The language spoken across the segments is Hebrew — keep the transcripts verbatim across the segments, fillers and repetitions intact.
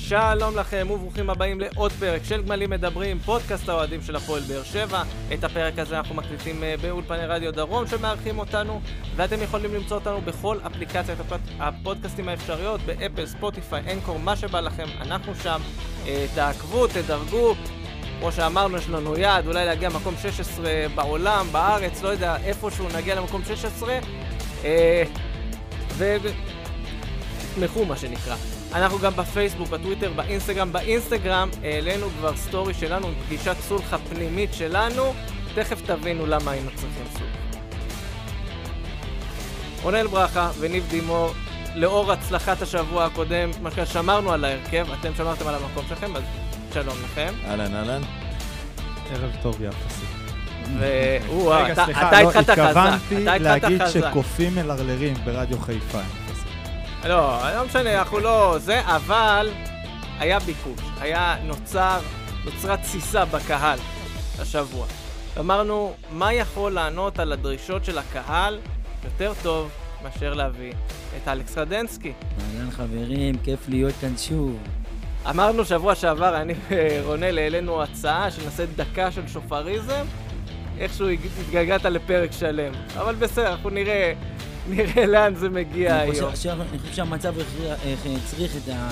שלום לכם וברוכים הבאים לעוד פרק של גמלים מדברים, פודקאסט האוהדים של הפועל באר שבע. את הפרק הזה אנחנו מקליטים באולפני רדיו דרום שמארחים אותנו, ואתם יכולים למצוא אותנו בכל אפליקציית הפודקאסטים האפשריות, באפל, ספוטיפיי, אנקור, מה שבא לכם, אנחנו שם. תעקבו, תדרגו, כמו שאמרנו, יש לנו יעד, אולי להגיע מקום שש עשרה בעולם, בארץ, לא יודע, איפשהו נגיע למקום שש עשרה, ותתמכו מה שנקרא. אנחנו גם בפייסבוק, בטוויטר, באינסטגרם. באינסטגרם העלינו כבר סטורי שלנו, פגישת סולחה פנימית שלנו. תכף תבינו למה היינו צריכים סולחה. רונל ברכה וניב דימור, לאור הצלחת השבוע הקודם, מה ששמרנו על ההרכב, אתם שמרתם על המקום שלכם, אז שלום לכם. אהלן, אהלן. ערב טוב יחסי. רגע, סליחה, אתה התחלת חזק. התכוונתי להגיד שקופים מלרלרים ברדיו חיפה. לא, לא משנה, אנחנו לא זה, אבל היה ביקוש, היה נוצר, נוצרה תסיסה בקהל השבוע. אמרנו, מה יכול לענות על הדרישות של הקהל יותר טוב מאשר להביא את אלכס רדנסקי? אהלן חברים, כיף להיות כאן שוב. אמרנו שבוע שעבר, אני ורונל העלינו הצעה שנעשה דקה של שופריזם, איכשהו התגלגלת לפרק שלם. אבל בסדר, אנחנו נראה... נראה לאן זה מגיע היום. אני חושב שהמצב צריך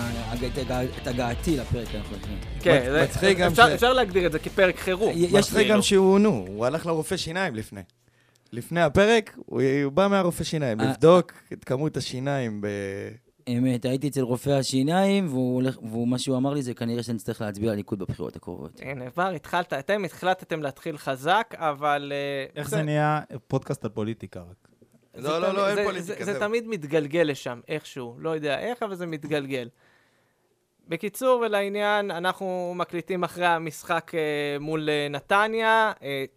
את הגעתי לפרק הנוכחי. כן, אפשר להגדיר את זה כפרק חירום. מצחיק גם שהוא עונו, הוא הלך לרופא שיניים לפני. לפני הפרק, הוא בא מהרופא שיניים, לבדוק את כמות השיניים ב... אמת, הייתי אצל רופא השיניים, ומה שהוא אמר לי זה כנראה שאני צריך להצביע לליכוד בבחירות הקרובות. הנה, כבר התחלת, אתם התחלתם להתחיל חזק, אבל... איך זה נהיה פודקאסט על פוליטיקה רק? לא, לא, לא, אין פוליטיקה. זה תמיד מתגלגל לשם, איכשהו. לא יודע איך, אבל זה מתגלגל. בקיצור ולעניין, אנחנו מקליטים אחרי המשחק מול נתניה.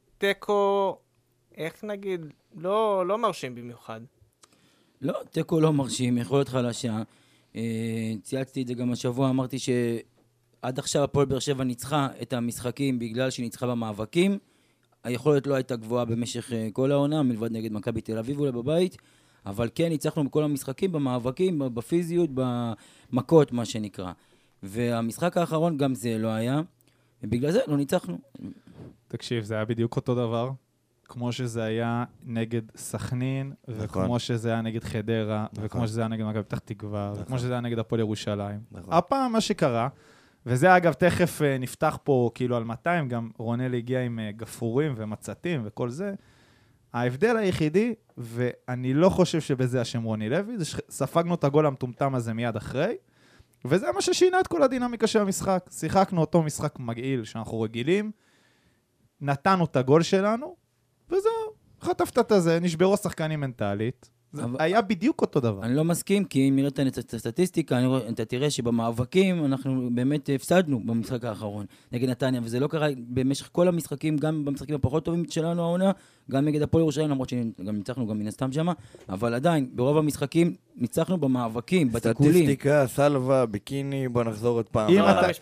טקו, איך נגיד, לא, לא מרשים במיוחד. לא, טקו לא מרשים, יכול להיות חלשה. צייצתי את זה גם השבוע, אמרתי שעד עכשיו הפועל באר שבע ניצחה את המשחקים בגלל שהיא ניצחה במאבקים. היכולת לא הייתה גבוהה במשך כל העונה, מלבד נגד מכבי תל אביב אולי בבית, אבל כן ניצחנו בכל המשחקים, במאבקים, בפיזיות, במכות, מה שנקרא. והמשחק האחרון גם זה לא היה, ובגלל זה לא ניצחנו. תקשיב, זה היה בדיוק אותו דבר, כמו שזה היה נגד סכנין, וכמו שזה היה נגד חדרה, וכמו שזה היה נגד מכבי פתח תקווה, וכמו שזה היה נגד הפועל ירושלים. הפעם מה שקרה, וזה אגב תכף נפתח פה כאילו על מאתיים, גם רונל הגיע עם גפורים ומצתים וכל זה. ההבדל היחידי, ואני לא חושב שבזה השם רוני לוי, זה שספגנו את הגול המטומטם הזה מיד אחרי, וזה מה ששינה את כל הדינמיקה של המשחק. שיחקנו אותו משחק מגעיל שאנחנו רגילים, נתנו את הגול שלנו, וזהו, חטפת את הזה, נשברו השחקנים מנטלית. זה היה בדיוק אותו דבר. אני לא מסכים, כי אם נראית את הסטטיסטיקה, אתה תראה שבמאבקים אנחנו באמת הפסדנו במשחק האחרון נגד נתניה, וזה לא קרה במשך כל המשחקים, גם במשחקים הפחות טובים שלנו העונה, גם נגד הפועל ירושלים, למרות שגם ניצחנו גם מן הסתם שמה, אבל עדיין, ברוב המשחקים ניצחנו במאבקים, בתיקולים. סטטיסטיקה, סלווה, ביקיני, בוא נחזור עוד פעם.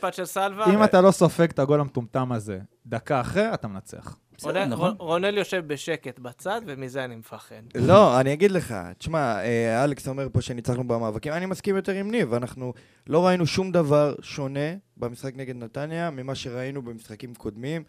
אם אתה לא סופג את הגול המטומטם הזה, דקה אחרי, אתה מנצח. רונל יושב בשקט בצד, ומזה אני מפחד. לא, אני אגיד לך, תשמע, אלכס אומר פה שניצחנו במאבקים, אני מסכים יותר עם ניב, אנחנו לא ראינו שום דבר שונה במשחק נגד נתניה, ממה שראינו במשחקים קודמים.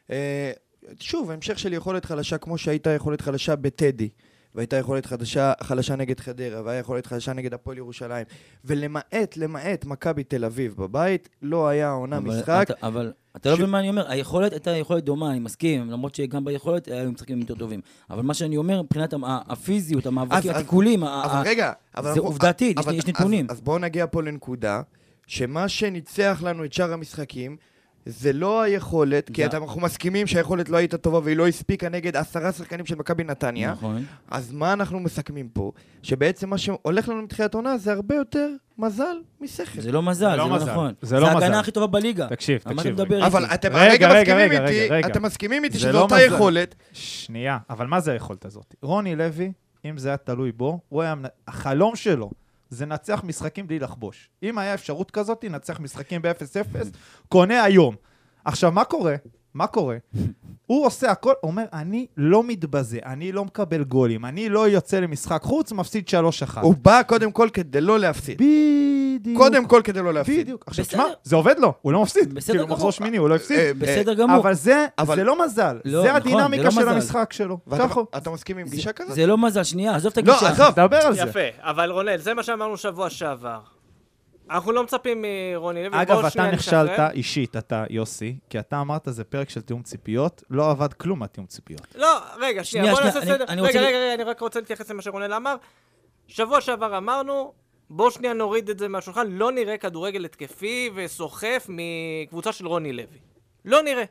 שוב, המשך של יכולת חלשה, כמו שהייתה יכולת חלשה בטדי, והייתה יכולת חדשה, חלשה נגד חדרה, והייתה יכולת חלשה נגד הפועל ירושלים, ולמעט, למעט מכבי תל אביב בבית, לא היה עונה משחק. אתה, אבל אתה לא מבין מה אני אומר, היכולת הייתה יכולת דומה, אני מסכים, למרות שגם ביכולת היו משחקים יותר טובים. אבל מה שאני אומר, מבחינת הפיזיות, המאבקים, התיקולים, אבל רגע, זה עובדתית, יש נתונים. אז בואו נגיע פה לנקודה, שמה שניצח לנו את שאר המשחקים, זה לא היכולת, כי אנחנו מסכימים שהיכולת לא הייתה טובה והיא לא הספיקה נגד עשרה שחקנים של מכבי נתניה. נכון. אז מה אנחנו מסכמים פה? שבעצם מה שהולך לנו מתחילת עונה זה הרבה יותר מזל משכל. זה לא מזל, זה לא נכון. זה לא מזל. זה ההגנה הכי טובה בליגה. תקשיב, תקשיב. אבל אתם רגע מסכימים איתי, אתם מסכימים איתי שזו אותה יכולת. שנייה, אבל מה זה היכולת הזאת? רוני לוי, אם זה היה תלוי בו, הוא היה, החלום שלו זה נצח משחקים בלי לחבוש. אם היה אפשרות כזאת, נצח משחקים ב-אפס אפס, קונה היום. עכשיו, מה קורה? מה קורה? הוא עושה הכל, אומר, אני לא מתבזה, אני לא מקבל גולים, אני לא יוצא למשחק חוץ, מפסיד שלוש אחת. הוא בא קודם כל כדי לא להפסיד. בדיוק. קודם כל כדי לא להפסיד. בדיוק. עכשיו, תשמע, זה עובד לו, הוא לא מפסיד. כאילו, מחזור שמיני, הוא לא הפסיד. בסדר גמור. אבל זה לא מזל. זה הדינמיקה של המשחק שלו. אתה מסכים עם גישה כזאת? זה לא מזל, שנייה, עזוב את הגישה. לא, עזוב. תדבר על זה. יפה, אבל רונל, זה מה שאמרנו שבוע שעבר. אנחנו לא מצפים מרוני לוי. אגב, אתה נכשלת אישית, אתה יוסי, כי אתה אמרת זה פרק של תיאום ציפיות, לא עבד כלום מהתיאום ציפיות. לא, רגע, שנייה, בוא נעשה סדר. רגע, רגע, רגע, אני רק רוצה להתייחס למה שרונל אמר. שבוע שעבר אמרנו, בוא שנייה נוריד את זה מהשולחן, לא נראה כדורגל התקפי וסוחף מקבוצה של רוני לוי. לא נראה.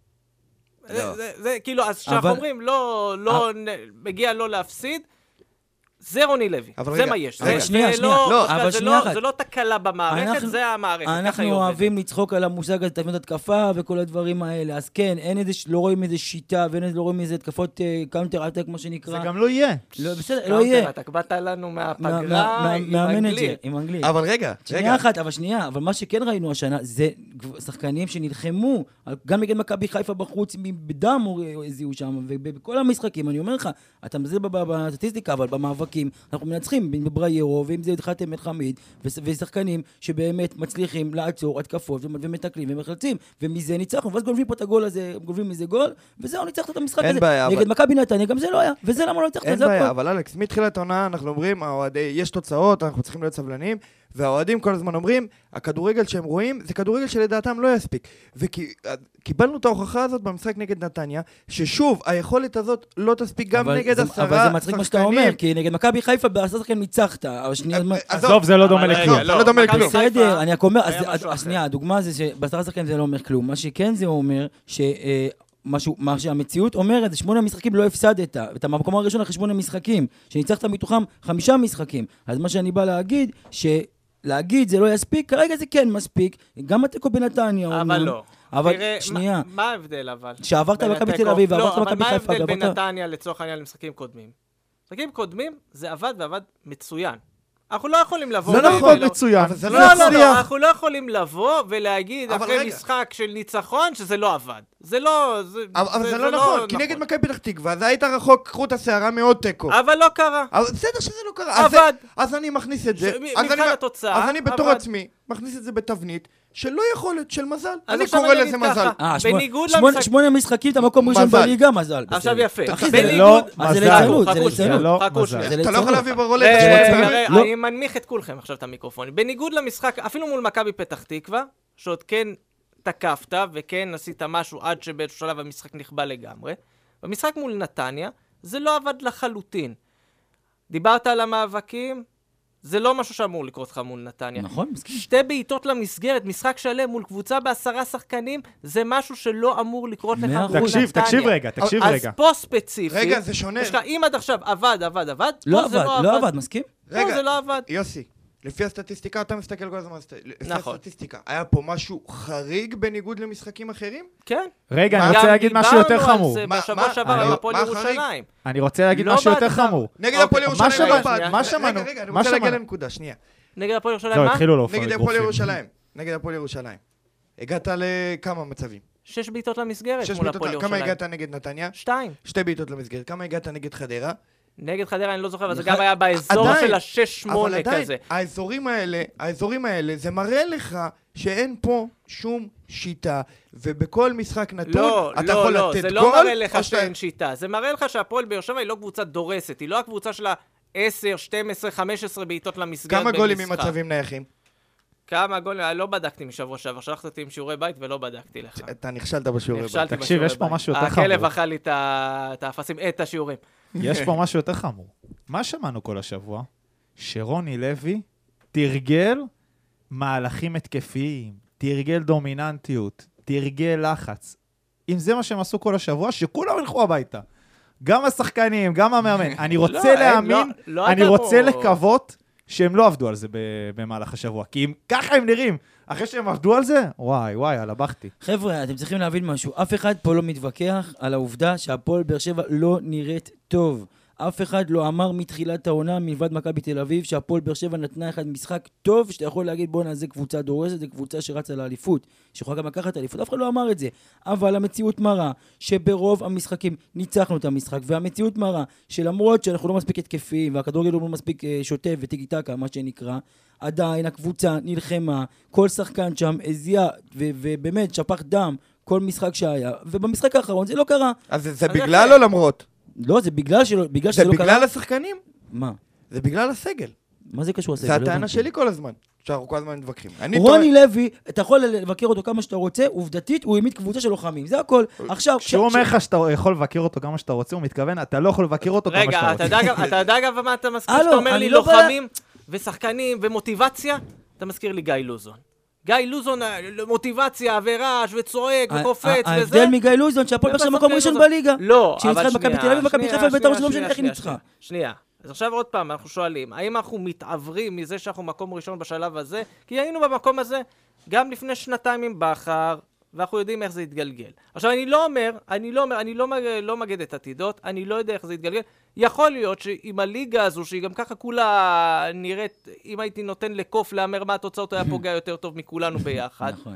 זה כאילו, אז שאנחנו אומרים, לא, מגיע לא להפסיד, זה רוני לוי, זה מה יש. אבל שנייה, שנייה. אבל שנייה אחת. זה לא תקלה במערכת, זה המערכת. אנחנו אוהבים לצחוק על המושג הזה, תבנות התקפה וכל הדברים האלה. אז כן, לא רואים איזה שיטה, ולא רואים איזה התקפות קאונטר-אטק, כמו שנקרא. זה גם לא יהיה. בסדר, לא יהיה. קאונטר-אטק, באת לנו מהפגרה עם אנגלית. עם אנגלית. אבל רגע, שנייה אחת, אבל שנייה, אבל מה שכן ראינו השנה, זה שחקנים שנלחמו, גם נגד מכבי חיפה בחוץ, בדם הזיעו שם, ובכל המשחקים, אני אומר לך, אתה מזל בסטטיסטיקה, אבל במאבקים, אנחנו מנצחים בבריירו, ואם זה התחלתם את חמיד, ושחקנים שבאמת מצליחים לעצור התקפות, ומתקלים ומחלצים, ומזה ניצחנו, ואז גולבים פה את הגול הזה, גולבים מזה גול, וזהו, ניצחת את המשחק הזה. נגד מכבי נתניה, גם זה לא היה, וזה למה לא ניצחת את זה. אין בעיה, אבל אלכס, מתחילת העונה אנחנו אומרים, יש תוצאות, אנחנו צריכים להיות סבלניים, והאוהדים כל הזמן אומרים, הכדורגל שהם רואים, זה כדורגל שלדעתם לא יספיק. וקיבלנו את ההוכחה הזאת במשחק נגד נתניה, ששוב, היכולת הזאת לא תספיק גם נגד עשרה שחקנים. אבל זה מצחיק מה שאתה אומר, כי נגד מכבי חיפה בעשרה שחקנים ניצחת. עזוב, זה לא דומה לכלום. זה לא דומה לכלום. בסדר, אני אומר, השנייה, הדוגמה זה שבעשרה שחקנים זה לא אומר כלום. מה שכן זה אומר, ש... משהו, מה שהמציאות אומרת, זה שמונה משחקים לא הפסדת, את המקום הראשון אחרי שמונה משחקים, שניצחת מתוכם חמישה משחקים. אז מה שאני בא להגיד, שלהגיד זה לא יספיק, כרגע זה כן מספיק, גם התיקו בנתניה. אבל לא. אבל שנייה. מה ההבדל אבל? שעברת מכבי תל אביב, ועברת מכבי חיפה. לא, אבל מה ההבדל בין נתניה לצורך העניין למשחקים קודמים? משחקים קודמים זה עבד ועבד מצוין. אנחנו לא יכולים לבוא... זה נכון מצוין. לא, לא, לא, אנחנו לא יכולים לבוא ולהגיד אחרי משחק של ניצחון שזה לא עבד. זה לא... אבל זה לא נכון, כי נגד מכבי פתח תקווה, זה היית רחוק, קחו את השערה מאוד תיקו. אבל לא קרה. בסדר שזה לא קרה. עבד. אז אני מכניס את זה. מבחן התוצאה. אז אני בתור עצמי מכניס את זה בתבנית שלא יכולת, של מזל. אני קורא לזה מזל. בניגוד למשחק... שמונה משחקים את המקום ראשון בליגה, מזל. עכשיו יפה. זה לא מזל. זה לא מזל. אתה לא יכול להביא ברולטה. אני מנמיך את כולכם עכשיו את המיקרופונים. בניגוד למשחק, אפילו מול מכבי פתח תקווה, שעוד כן תקפת וכן עשית משהו עד שבאיזשהו שלב המשחק נכבה לגמרי. במשחק מול נתניה, זה לא עבד לחלוטין. דיברת על המאבקים, זה לא משהו שאמור לקרות לך מול נתניה. נכון, מסכים. שתי בעיטות למסגרת, משחק שלם מול קבוצה בעשרה שחקנים, זה משהו שלא אמור לקרות לך מול נתניה. תקשיב, תקשיב רגע, תקשיב רגע. אז פה ספציפי. רגע, זה שונה. אם עד עכשיו עבד, עבד, עבד, לא עבד, לא עבד, מסכים? לא, זה לא עבד. יוסי, לפי הסטטיסטיקה, אתה מסתכל כל הזמן, לפי הסטטיסטיקה, היה פה משהו חריג בניגוד למשחקים אחרים? כן. רגע, אני רוצה להגיד משהו יותר חמור. בשבוע שעבר עם הפועל ירושלים. אני רוצה להגיד משהו יותר חמור. נגד הפועל ירושלים לא באת. מה שמענו? רגע, רגע, אני רוצה להגיע לנקודה, שנייה. נגד הפועל ירושלים מה? לא, התחילו להופע נגד הפועל ירושלים. נגד הפועל ירושלים. הגעת לכמה מצבים? שש בעיטות למסגרת מול הפועל ירושלים. כמה הגעת נגד נתניה? שתיים. שתי בעיטות למסגרת. כמה הגעת נגד חדרה? נגד חדרה אני לא זוכר, אבל זה גם היה באזור של ה-שש שמונה כזה. האזורים האלה, האזורים האלה, זה מראה לך שאין פה שום שיטה, ובכל משחק נתון אתה יכול לתת גול. לא, לא, זה לא מראה לך שאין שיטה. זה מראה לך שהפועל באר שבע היא לא קבוצה דורסת, היא לא הקבוצה של ה-עשר, שתים עשרה, חמש עשרה בעיטות למסגרת במשחק. כמה גולים ממצבים נייחים? כמה גולים, לא בדקתי משבוע שעבר, שלחת אותי עם שיעורי בית ולא בדקתי לך. אתה נכשלת בשיעורי בית. תקשיב, יש פה משהו יותר חמור. הכלב אכל לי את האפסים, את השיעורים. יש פה משהו יותר חמור. מה שמענו כל השבוע? שרוני לוי תרגל מהלכים התקפיים, תרגל דומיננטיות, תרגל לחץ. אם זה מה שהם עשו כל השבוע, שכולם ילכו הביתה. גם השחקנים, גם המאמן. אני רוצה להאמין, אני רוצה לקוות שהם לא עבדו על זה במהלך השבוע. כי אם ככה הם נראים, אחרי שהם עבדו על זה, וואי, וואי, על הבכתי. חבר'ה, אתם צריכים להבין משהו. אף אחד פה לא מתווכח על העובדה שהפועל באר שבע לא נראית טוב. אף אחד לא אמר מתחילת העונה מלבד מכבי תל אביב שהפועל באר שבע נתנה אחד משחק טוב, שאתה יכול להגיד בוא נעשה קבוצה דורסת, זה קבוצה שרצה לאליפות, שיכולה גם לקחת אליפות, אף אחד לא אמר את זה. אבל המציאות מראה שברוב המשחקים ניצחנו את המשחק, והמציאות מראה שלמרות שאנחנו לא מספיק התקפיים, והכדורגל לא מספיק שוטף וטיקי-טקה, מה שנקרא, עדיין הקבוצה נלחמה, כל שחקן שם הזיע, ובאמת שפך דם, כל משחק שהיה, ובמשחק האחרון זה לא קרה. אז זה בגלל או למרות? לא, זה בגלל שזה לא קרה. זה בגלל השחקנים? מה? זה בגלל הסגל. מה זה קשור לסגל? זה הטענה שלי כל הזמן, שאנחנו כל הזמן מתווכחים. רוני לוי, אתה יכול לבקר אותו כמה שאתה רוצה, עובדתית הוא העמיד קבוצה של לוחמים, זה הכל. עכשיו, כשהוא אומר לך שאתה יכול לבקר אותו כמה שאתה רוצה, הוא מתכוון, אתה לא יכול לבקר אותו כמה שאתה רוצה. רגע, אתה יודע גם מה אתה מזכיר, שאתה אומר לי לוחמים ושחקנים ומוטיבציה, אתה מזכיר לי גיא לוזון. גיא לוזון, מוטיבציה ורעש וצועק וקופץ וזה. ההבדל מגיא לוזון, שהפועל באר שבע מקום ראשון בליגה. לא, אבל שניצחה מכבי תל אביב ומכבי חיפה ובית"ר ירושלים, לא משנה איך היא ניצחה. שנייה. אז עכשיו עוד פעם אנחנו שואלים, האם אנחנו מתעברים מזה שאנחנו מקום ראשון בשלב הזה? כי היינו במקום הזה גם לפני שנתיים עם בחר, ואנחנו יודעים איך זה יתגלגל. עכשיו אני לא אומר, אני לא אומר, אני לא, לא מגד את עתידות, אני לא יודע איך זה יתגלגל. יכול להיות שעם הליגה הזו, שהיא גם ככה כולה נראית, אם הייתי נותן לקוף לאמר מה התוצאות, היה פוגע יותר טוב מכולנו ביחד. נכון.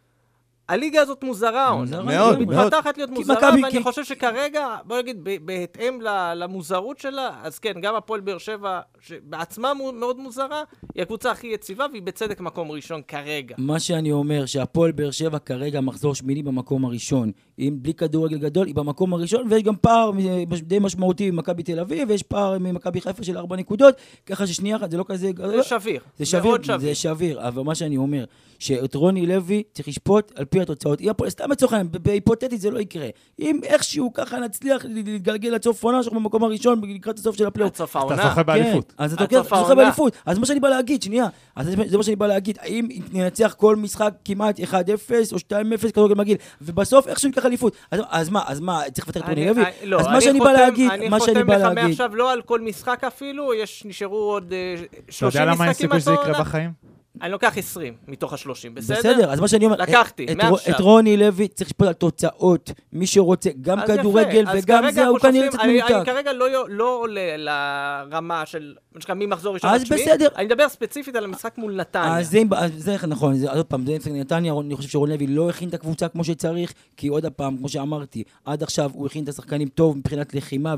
הליגה הזאת מוזרה, מאוד, היא מתפתחת להיות מוזרה, ואני חושב שכרגע, בוא נגיד, בהתאם למוזרות שלה, אז כן, גם הפועל באר שבע, שבעצמה מאוד מוזרה, היא הקבוצה הכי יציבה, והיא בצדק מקום ראשון כרגע. מה שאני אומר, שהפועל באר שבע כרגע מחזור שמיני במקום הראשון, אם בלי כדורגל גדול, היא במקום הראשון, ויש גם פער די משמעותי ממכבי תל אביב, ויש פער ממכבי חיפה של ארבע נקודות, ככה ששנייה אחת, זה לא כזה... זה שביר. זה שביר, זה שביר, אבל מה שאני אומר, שאת רוני לוי צריך לשפוט על פי התוצאות. סתם לצורך העניין, בהיפותטית זה לא יקרה. אם איכשהו ככה נצליח להתגלגל לצוף העונה, שאנחנו במקום הראשון, לקראת הסוף של הפלייאוף. סוף העונה. אתה זוכה באליפות. אז אתה זוכה באליפות. אז מה שאני בא להגיד, שנייה, אז זה מה שאני בא להגיד, האם ננצח כל משחק כמעט אחד אפס או שתיים אפס כדורגל מגעיל, ובסוף איכשהו ייקח אליפות. אז מה, אז מה, צריך לפטר את רוני לוי? אז מה שאני בא להגיד, מה שאני בא להגיד. אני חותם לך מעכשיו לא על כל משחק אפילו, יש נשארו עוד שלושים אתה יודע למה אין משחקים סיכוי שזה יקרה בחיים? אני לוקח עשרים מתוך ה-שלושים, בסדר? בסדר, אז מה שאני אומר, לקחתי, מעכשיו. את רוני לוי צריך לשפוט על תוצאות, מי שרוצה, גם כדורגל וגם זה, הוא כנראה קצת מנותק. אני כרגע לא עולה לרמה של, מי מחזור ראשון עד שביעי, אני מדבר ספציפית על המשחק מול נתניה. אז זה נכון, עוד פעם, זה נפסק נתניה, אני חושב שרוני לוי לא הכין את הקבוצה כמו שצריך, כי עוד פעם, כמו שאמרתי, עד עכשיו הוא הכין את השחקנים טוב מבחינת לחימה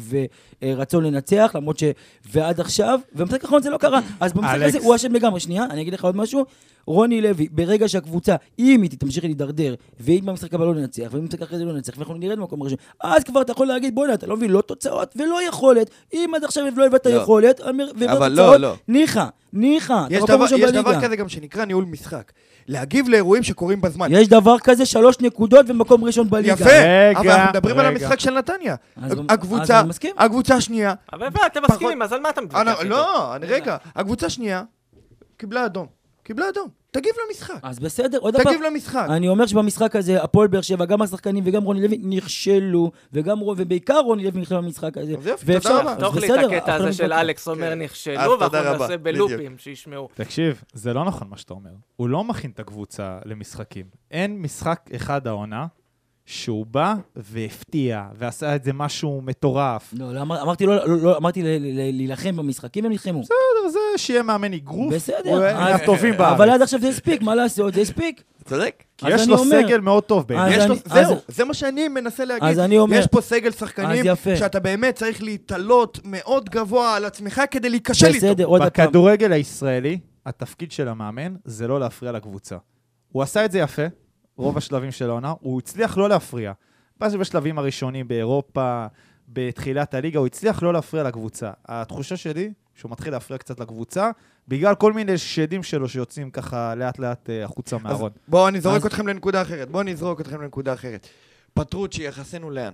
ורצון לנצח, למרות ש... ועד עכשיו, ובמשחק האחרון זה לא קרה. אז במשחק הזה הוא אשם לגמרי. שנייה, אני אגיד לך עוד משהו. רוני לוי, ברגע שהקבוצה, אם היא תמשיך להידרדר, ואם במשחק הבא לא ננצח, ואם במשחק אחרי זה לא ננצח, ואנחנו נרד במקום הראשון, אז כבר אתה יכול להגיד, בוא'נה, אתה לא מבין, לא תוצאות ולא יכולת. אם עד עכשיו לא הבאת יכולת, אבל לא, לא. ניחה, ניחה. יש דבר כזה גם שנקרא ניהול משחק. להגיב לאירועים שקורים בזמן. יש דבר כזה, שלוש נקודות ומקום ראשון בליגה. יפה, אבל אנחנו מדברים על המשחק של נתניה. הקבוצה, הקבוצה השנייה. אבל אתם מסכימים, אז על מה אתה מתווכח? לא, רגע, הקבוצה השנייה קיבלה אדום. קיבלה אדום. תגיב למשחק. אז בסדר, עוד פעם. תגיב למשחק. אני אומר שבמשחק הזה, הפועל באר שבע, גם השחקנים וגם רוני לוי נכשלו, וגם ובעיקר רוני לוי נכשל במשחק הזה. ואפשר, תוך לי את הקטע הזה של אלכס אומר נכשלו, ואנחנו נעשה בלופים שישמעו. תקשיב, זה לא נכון מה שאתה אומר. הוא לא מכין את הקבוצה למשחקים. אין משחק אחד העונה, שהוא בא והפתיע, ועשה את זה משהו מטורף. לא, לא אמרתי, לא, לא, אמרתי להילחם במשחקים, הם נלחמו. בסדר, זה שיהיה מאמן אגרוף. בסדר. הטובים בארץ. אבל עד עכשיו זה הספיק, מה לעשות? זה הספיק. צודק. כי יש לו סגל מאוד טוב בעצם. זהו, זה מה שאני מנסה להגיד. יש פה סגל שחקנים שאתה באמת צריך להתעלות מאוד גבוה על עצמך כדי להיכשל איתו. בכדורגל הישראלי, התפקיד של המאמן זה לא להפריע לקבוצה. הוא עשה את זה יפה. רוב השלבים של העונה, הוא הצליח לא להפריע. פשוט בשלבים הראשונים באירופה, בתחילת הליגה, הוא הצליח לא להפריע לקבוצה. התחושה שלי, שהוא מתחיל להפריע קצת לקבוצה, בגלל כל מיני שדים שלו שיוצאים ככה לאט לאט החוצה מהארון. בואו אני זורק אתכם לנקודה אחרת. בואו נזרוק אתכם לנקודה אחרת. פטרוצ'י, יחסנו לאן?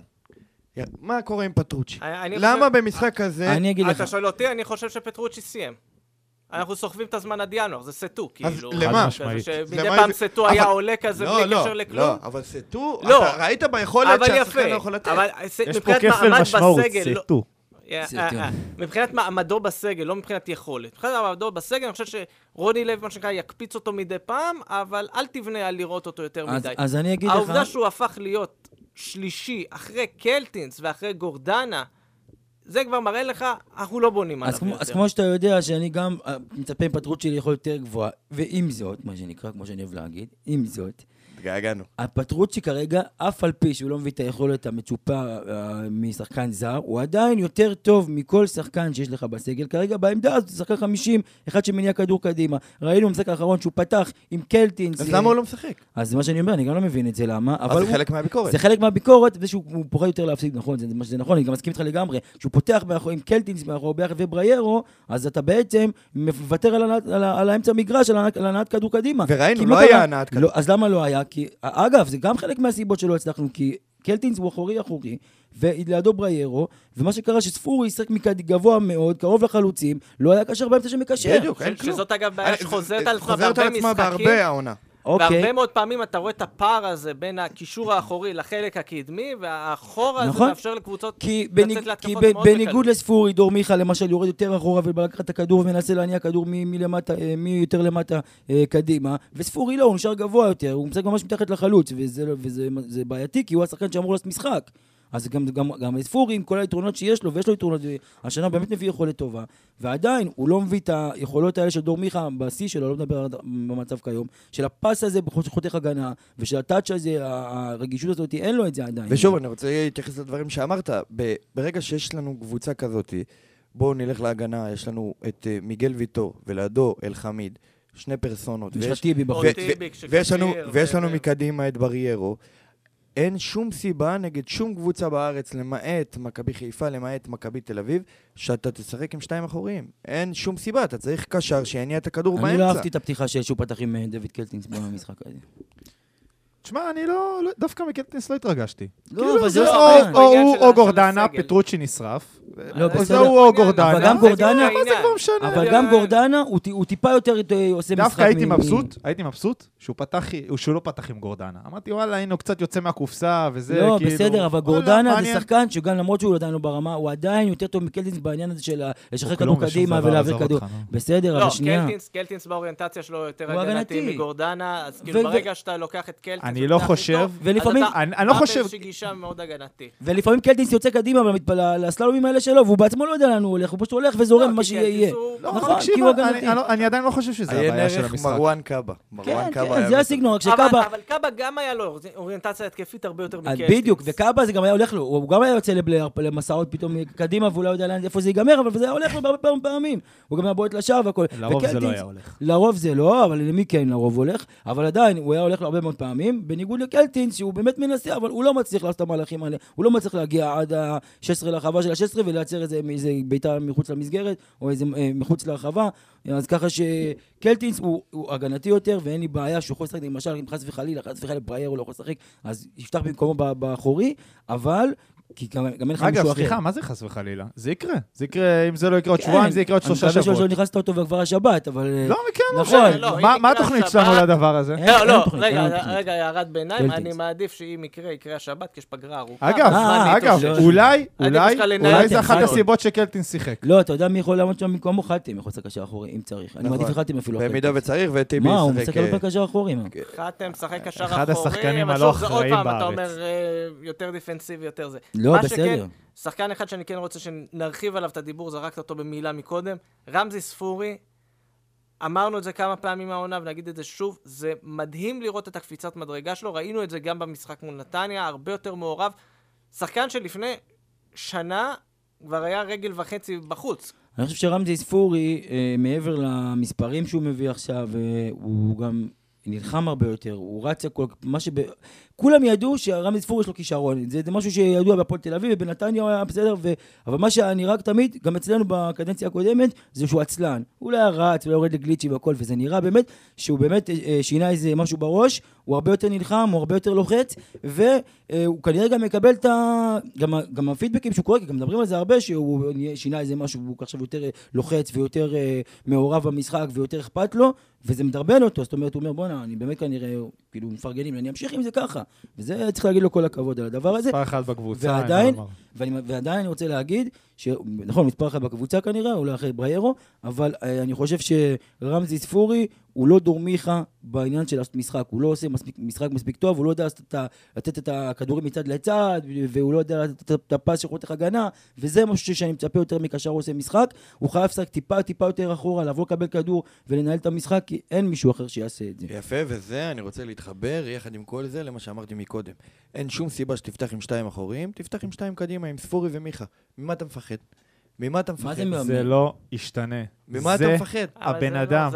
מה קורה עם פטרוצ'י? למה במשחק הזה... אתה שואל אותי, אני חושב שפטרוצ'י סיים. אנחנו סוחבים את הזמן עד ינואר, זה סטו, כאילו. למה? שמדי פעם סטו היה עולה כזה בלי קשר לכלום. לא, אבל סטו, אתה ראית ביכולת שהשחקן לא יכול לתת. יש פה כפל משמעות, סטו. מבחינת מעמדו בסגל, לא מבחינת יכולת. מבחינת מעמדו בסגל, אני חושב שרוני לוי, מה שנקרא, יקפיץ אותו מדי פעם, אבל אל תבנה על לראות אותו יותר מדי. אז אני אגיד לך... העובדה שהוא הפך להיות שלישי אחרי קלטינס ואחרי גורדנה, זה כבר מראה לך, אנחנו לא בונים עליו יותר. אז כמו שאתה יודע, שאני גם מצפה עם פטרוצ'י ליכול יותר גבוהה, ועם זאת, מה שנקרא, כמו שאני אוהב להגיד, עם זאת, התגעגענו. הפטרוצ'י כרגע, אף על פי שהוא לא מביא את היכולת המצופה משחקן זר, הוא עדיין יותר טוב מכל שחקן שיש לך בסגל. כרגע בעמדה הזאת, שחקן חמישים, אחד שמניע כדור קדימה. ראינו במשחק האחרון שהוא פתח עם קלטינס. אז למה הוא לא משחק? אז זה מה שאני אומר, אני גם לא מבין את זה, למה? אבל זה חלק מהביקורת. זה חלק מהביקורת, זה שהוא פוחד יותר להפסיד, נכון, זה מה שזה נכון, אני גם מסכים איתך לגמרי. שהוא פותח עם קלטינס מאחור ביחד ובריירו, אז אתה בעצם מוותר על האמצע המגרש, על הנעת כדור קדימה. וראינו, לא היה הנעת כדור. אז למה לא היה? כי, אגב, זה גם חלק מהסיבות שלא הצלחנו, כי קלטינס הוא אחורי אחורי, ולידו בריירו, ומה שקרה שספורי ישחק גבוה מאוד, קרוב לחלוצים, לא היה קשר באמצע שמקשר. בדיוק, אין כלום. שזאת אגב בעיה שחוזרת על עצמה בהרבה העונה. והרבה מאוד פעמים אתה רואה את הפער הזה בין הקישור האחורי לחלק הקדמי, והאחור הזה מאפשר לקבוצות לצאת להתקפות מאוד בקלות. בניגוד לספורי, דור מיכה למשל יורד יותר אחורה ולקח את הכדור ומנסה להניע כדור מי יותר למטה קדימה, וספורי לא, הוא נשאר גבוה יותר, הוא משחק ממש מתחת לחלוץ, וזה בעייתי כי הוא השחקן שאמור לעשות משחק. אז גם, גם, גם ספורי עם כל היתרונות שיש לו, ויש לו יתרונות, השנה באמת מביא יכולת טובה, ועדיין הוא לא מביא את היכולות האלה של דור מיכה בשיא שלו, לא מדבר במצב כיום, של הפס הזה בחותך הגנה, ושל הטאץ' הזה, הרגישות הזאת, אין לו את זה עדיין. ושוב, אני רוצה להתייחס לדברים שאמרת, ברגע שיש לנו קבוצה כזאת, בואו נלך להגנה, יש לנו את מיגל ויטור, ולידו אל חמיד, שני פרסונות, ויש לנו מקדימה את בריירו, אין שום סיבה נגד שום קבוצה בארץ, למעט מכבי חיפה, למעט מכבי תל אביב, שאתה תשחק עם שתיים אחוריים. אין שום סיבה, אתה צריך קשר שיניע את הכדור באמצע. אני לא אהבתי את הפתיחה שהוא פתח עם דוד קלטינס במשחק הזה. תשמע, אני לא, דווקא מקלטינס לא התרגשתי. לא, אבל זה לא או הוא או גורדנה, פטרוצ'י נשרף. אז הוא או גורדנה. אבל גם גורדנה, מה זה כבר משנה? אבל גם גורדנה, הוא טיפה יותר עושה משחק. דווקא הייתי מבסוט, הייתי מבסוט, שהוא לא פתח עם גורדנה. אמרתי, וואלה, היינו קצת יוצא מהקופסה, וזה כאילו... לא, בסדר, אבל גורדנה זה שחקן שגם למרות שהוא עדיין לא ברמה, הוא עדיין יותר טוב מקלטינס בעניין הזה של לשחרר כדור קדימה ולהעביר כדור. בסדר, אבל שנייה. קלטינס באוריינטציה שלו יותר הגנתי מגורדנה, אז כאילו ברגע שאתה לוקח את קלטינס, אני לא חושב, ולפעמים, אני לא חושב, ולפעמים קלטינס יוצא קדימה לסללומים האלה שלו, והוא בעצמו לא יודע לאן הוא הולך, הוא פשוט הולך וזורם מה שיהיה. נכון, אני עדיין לא חושב שזה הבעיה של המשחק. מרואן קאבה. כן, כן, זה הסגנון, רק שקאבה... אבל קאבה גם היה לו אוריינטציה התקפית הרבה יותר מקלטינס. בדיוק, וקאבה זה גם היה הולך לו, הוא גם היה יוצא למסעות פתאום קדימה, והוא לא יודע איפה זה ייגמר, אבל זה היה הולך לו בהרבה פעמים. הוא גם היה בועט לשער והכל. לרוב זה לא היה הולך. לרוב זה לא, אבל למי כן לרוב הולך, אבל עדיין הוא היה הולך לו הרבה מאוד פעמים, בניגוד לקלטינס, שהוא באמת מנסה, אבל הוא לא מצליח לעשות את המהלכים האלה, הוא לא מצליח להגיע עד ה-שש עשרה לרחבה של ה-שש עשרה ולייצר איזה ביתה מחוץ למסגרת, או איזה מחוץ לרחבה, אז ככה שקלטינס הוא, הוא הגנתי יותר, ואין לי בעיה שהוא יכול לשחק, למשל, אם חס וחלילה, חס וחלילה ברייר הוא לא יכול לשחק, אז יפתח במקומו באחורי, אבל... כי גם אין לך מישהו אחר. אגב, סליחה, מה זה חס וחלילה? זה יקרה. זה יקרה, אם זה לא יקרה עוד שבועיים, זה יקרה עוד שלושה שבועות. אני מקווה שלא נכנסת אותו כבר השבת, אבל... לא, מכן, נכון. מה התוכנית שלנו לדבר הזה? לא, לא, רגע, הערת ביניים, אני מעדיף שאם יקרה, יקרה השבת, כי יש פגרה ארוכה. אגב, אגב, אולי, אולי, אולי זה אחת הסיבות שקלטינס שיחק. לא, אתה יודע מי יכול לעמוד שם במקומו? חתם, יכול לשחק קשר אחורי, אם צריך. אני מעדיף חתם אפילו. במידה וצריך, וטיבי מה, הוא משחק הרבה קשר אחורי, מה? חתם, משחק קשר אחד אחורי, השחקנים אבל הלא שוב, זה עוד אחראים פעם, אתה בארץ. אומר, יותר דיפנסיבי, יותר זה. לא, בסדר. שחקן אחד שאני כן רוצה שנרחיב עליו את הדיבור, זרקת אותו במילה מקודם, רמזי ספורי, אמרנו את זה כמה פעמים מהעונה, ונגיד את זה שוב, זה מדהים לראות את הקפיצת מדרגה שלו, ראינו את זה גם במשחק מול נתניה, הרבה יותר מעורב, שחקן שלפני שנה כבר היה רגל וחצי בחוץ. אני חושב שרמזי ספורי, אה, מעבר למספרים שהוא מביא עכשיו, אה, הוא גם נלחם הרבה יותר, הוא רץ הכל, מה שב... כולם ידעו שרמזי ספורי יש לו כישרון, זה, זה משהו שידוע בהפועל תל אביב, ובנתניה הוא היה בסדר, ו... אבל מה שנראה תמיד, גם אצלנו בקדנציה הקודמת, זה שהוא עצלן. הוא לא היה רץ, הוא לא יורד לגליצ'י והכל, וזה נראה באמת שהוא באמת שינה איזה משהו בראש, הוא הרבה יותר נלחם, הוא הרבה יותר לוחץ, והוא כנראה גם מקבל את ה... גם, גם הפידבקים שהוא קורא, כי גם מדברים על זה הרבה, שהוא שינה איזה משהו, והוא עכשיו יותר לוחץ, ויותר מעורב במשחק, ויותר אכפת לו, וזה מדרבן אותו, זאת אומרת, הוא אומר, בוא נה, אני באמת כנראה, כאילו, מפרגנים, אני אמשיך עם זה ככה. וזה צריך להגיד לו כל הכבוד על הדבר הזה. מספר אחד בקבוצה. ועדיין, ואני, ועדיין אני רוצה להגיד, שנכון, מספר אחד בקבוצה כנראה, אולי אחרי בריירו, אבל אני חושב שרמזי ספורי, הוא לא דורמיכה בעניין של המשחק, הוא לא עושה מספיק, משחק מספיק טוב, הוא לא יודע לתת את הכדורים מצד לצד, והוא לא יודע לתת את הפס שחותך הגנה, וזה משהו שאני מצפה יותר מקשר הוא עושה משחק, הוא חייב לשחק טיפה טיפה יותר אחורה, לבוא לקבל כדור ולנהל את המשחק, כי אין מישהו אחר שיעשה את זה. יפה, וזה אני רוצה להתחבר יחד עם כל זה למה שאמרתי מקודם. אין שום סיבה שתפתח עם שתיים אחוריים, תפתח עם שתיים קדימה, עם ספורי ומיכה. ממה אתה מפחד? ממה אתה מפחד? זה לא ישתנה. ממה אתה מפחד? הבן אדם,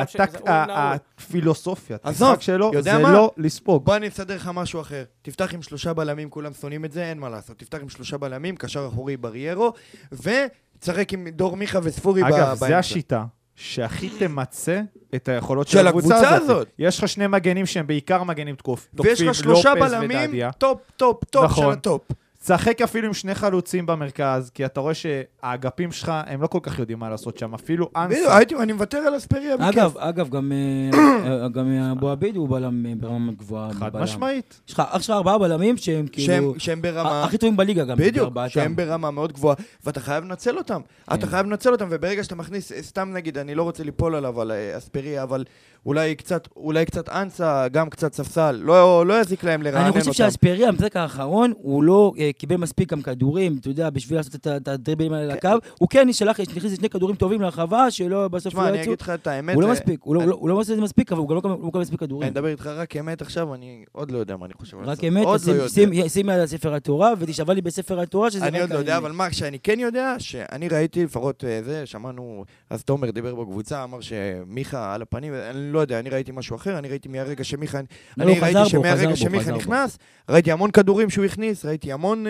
הפילוסופיה, המשחק שלו, זה לא לספוג. בוא אני אסדר לך משהו אחר. תפתח עם שלושה בלמים, כולם שונאים את זה, אין מה לעשות. תפתח עם שלושה בלמים, קשר אחורי בריירו, ותשחק עם דור מיכה וספורי באמצע. אגב, זה השיטה שהכי תמצא את היכולות של הקבוצה הזאת. יש לך שני מגנים שהם בעיקר מגנים תוקפים, ויש לך שלושה בלמים טופ, טופ, טופ של הטופ. צחק אפילו עם שני חלוצים במרכז, כי אתה רואה שהאגפים שלך, הם לא כל כך יודעים מה לעשות שם, אפילו אנסה. אני מוותר על אספריה בכיף. אגב, אגב, גם אבו עביד הוא בלם ברמה גבוהה. חד משמעית. יש לך ארבעה בלמים שהם כאילו... שהם ברמה... הכי טובים בליגה גם. בדיוק, שהם ברמה מאוד גבוהה, ואתה חייב לנצל אותם. אתה חייב לנצל אותם, וברגע שאתה מכניס, סתם נגיד, אני לא רוצה ליפול עליו על אספריה, אבל אולי קצת, אולי קצת אנסה, גם קצת ספסל, לא, לא יזיק להם לרענן אותם. אני חושב שהאספריה, המשחק האחרון, הוא לא קיבל מספיק גם כדורים, אתה יודע, בשביל לעשות את הדריבלים האלה לקו. הוא כן נשלח, נכניס שני כדורים טובים להרחבה, שלא בסוף לא יצאו. אני אגיד לך את האמת. הוא לא מספיק, הוא לא עושה את זה מספיק, אבל הוא גם לא מקבל מספיק כדורים. אני מדבר איתך רק אמת עכשיו, אני עוד לא יודע מה אני חושב. רק אמת, שים יד על ספר התורה, ותשאבה לי בספר התורה, שזה אני עוד לא יודע, אבל מה שאני כן יודע, שאני ראיתי לפחות זה, שמענו, אז תומר דיבר בקבוצה, אמר שמיכה על הפנים, אני לא יודע, אני ראיתי משהו אחר, אני ראיתי מהרגע שמיכה, אני ראיתי שמהרגע שמיכה נכנס, ראיתי המון כדורים שהוא הכניס, ראיתי המון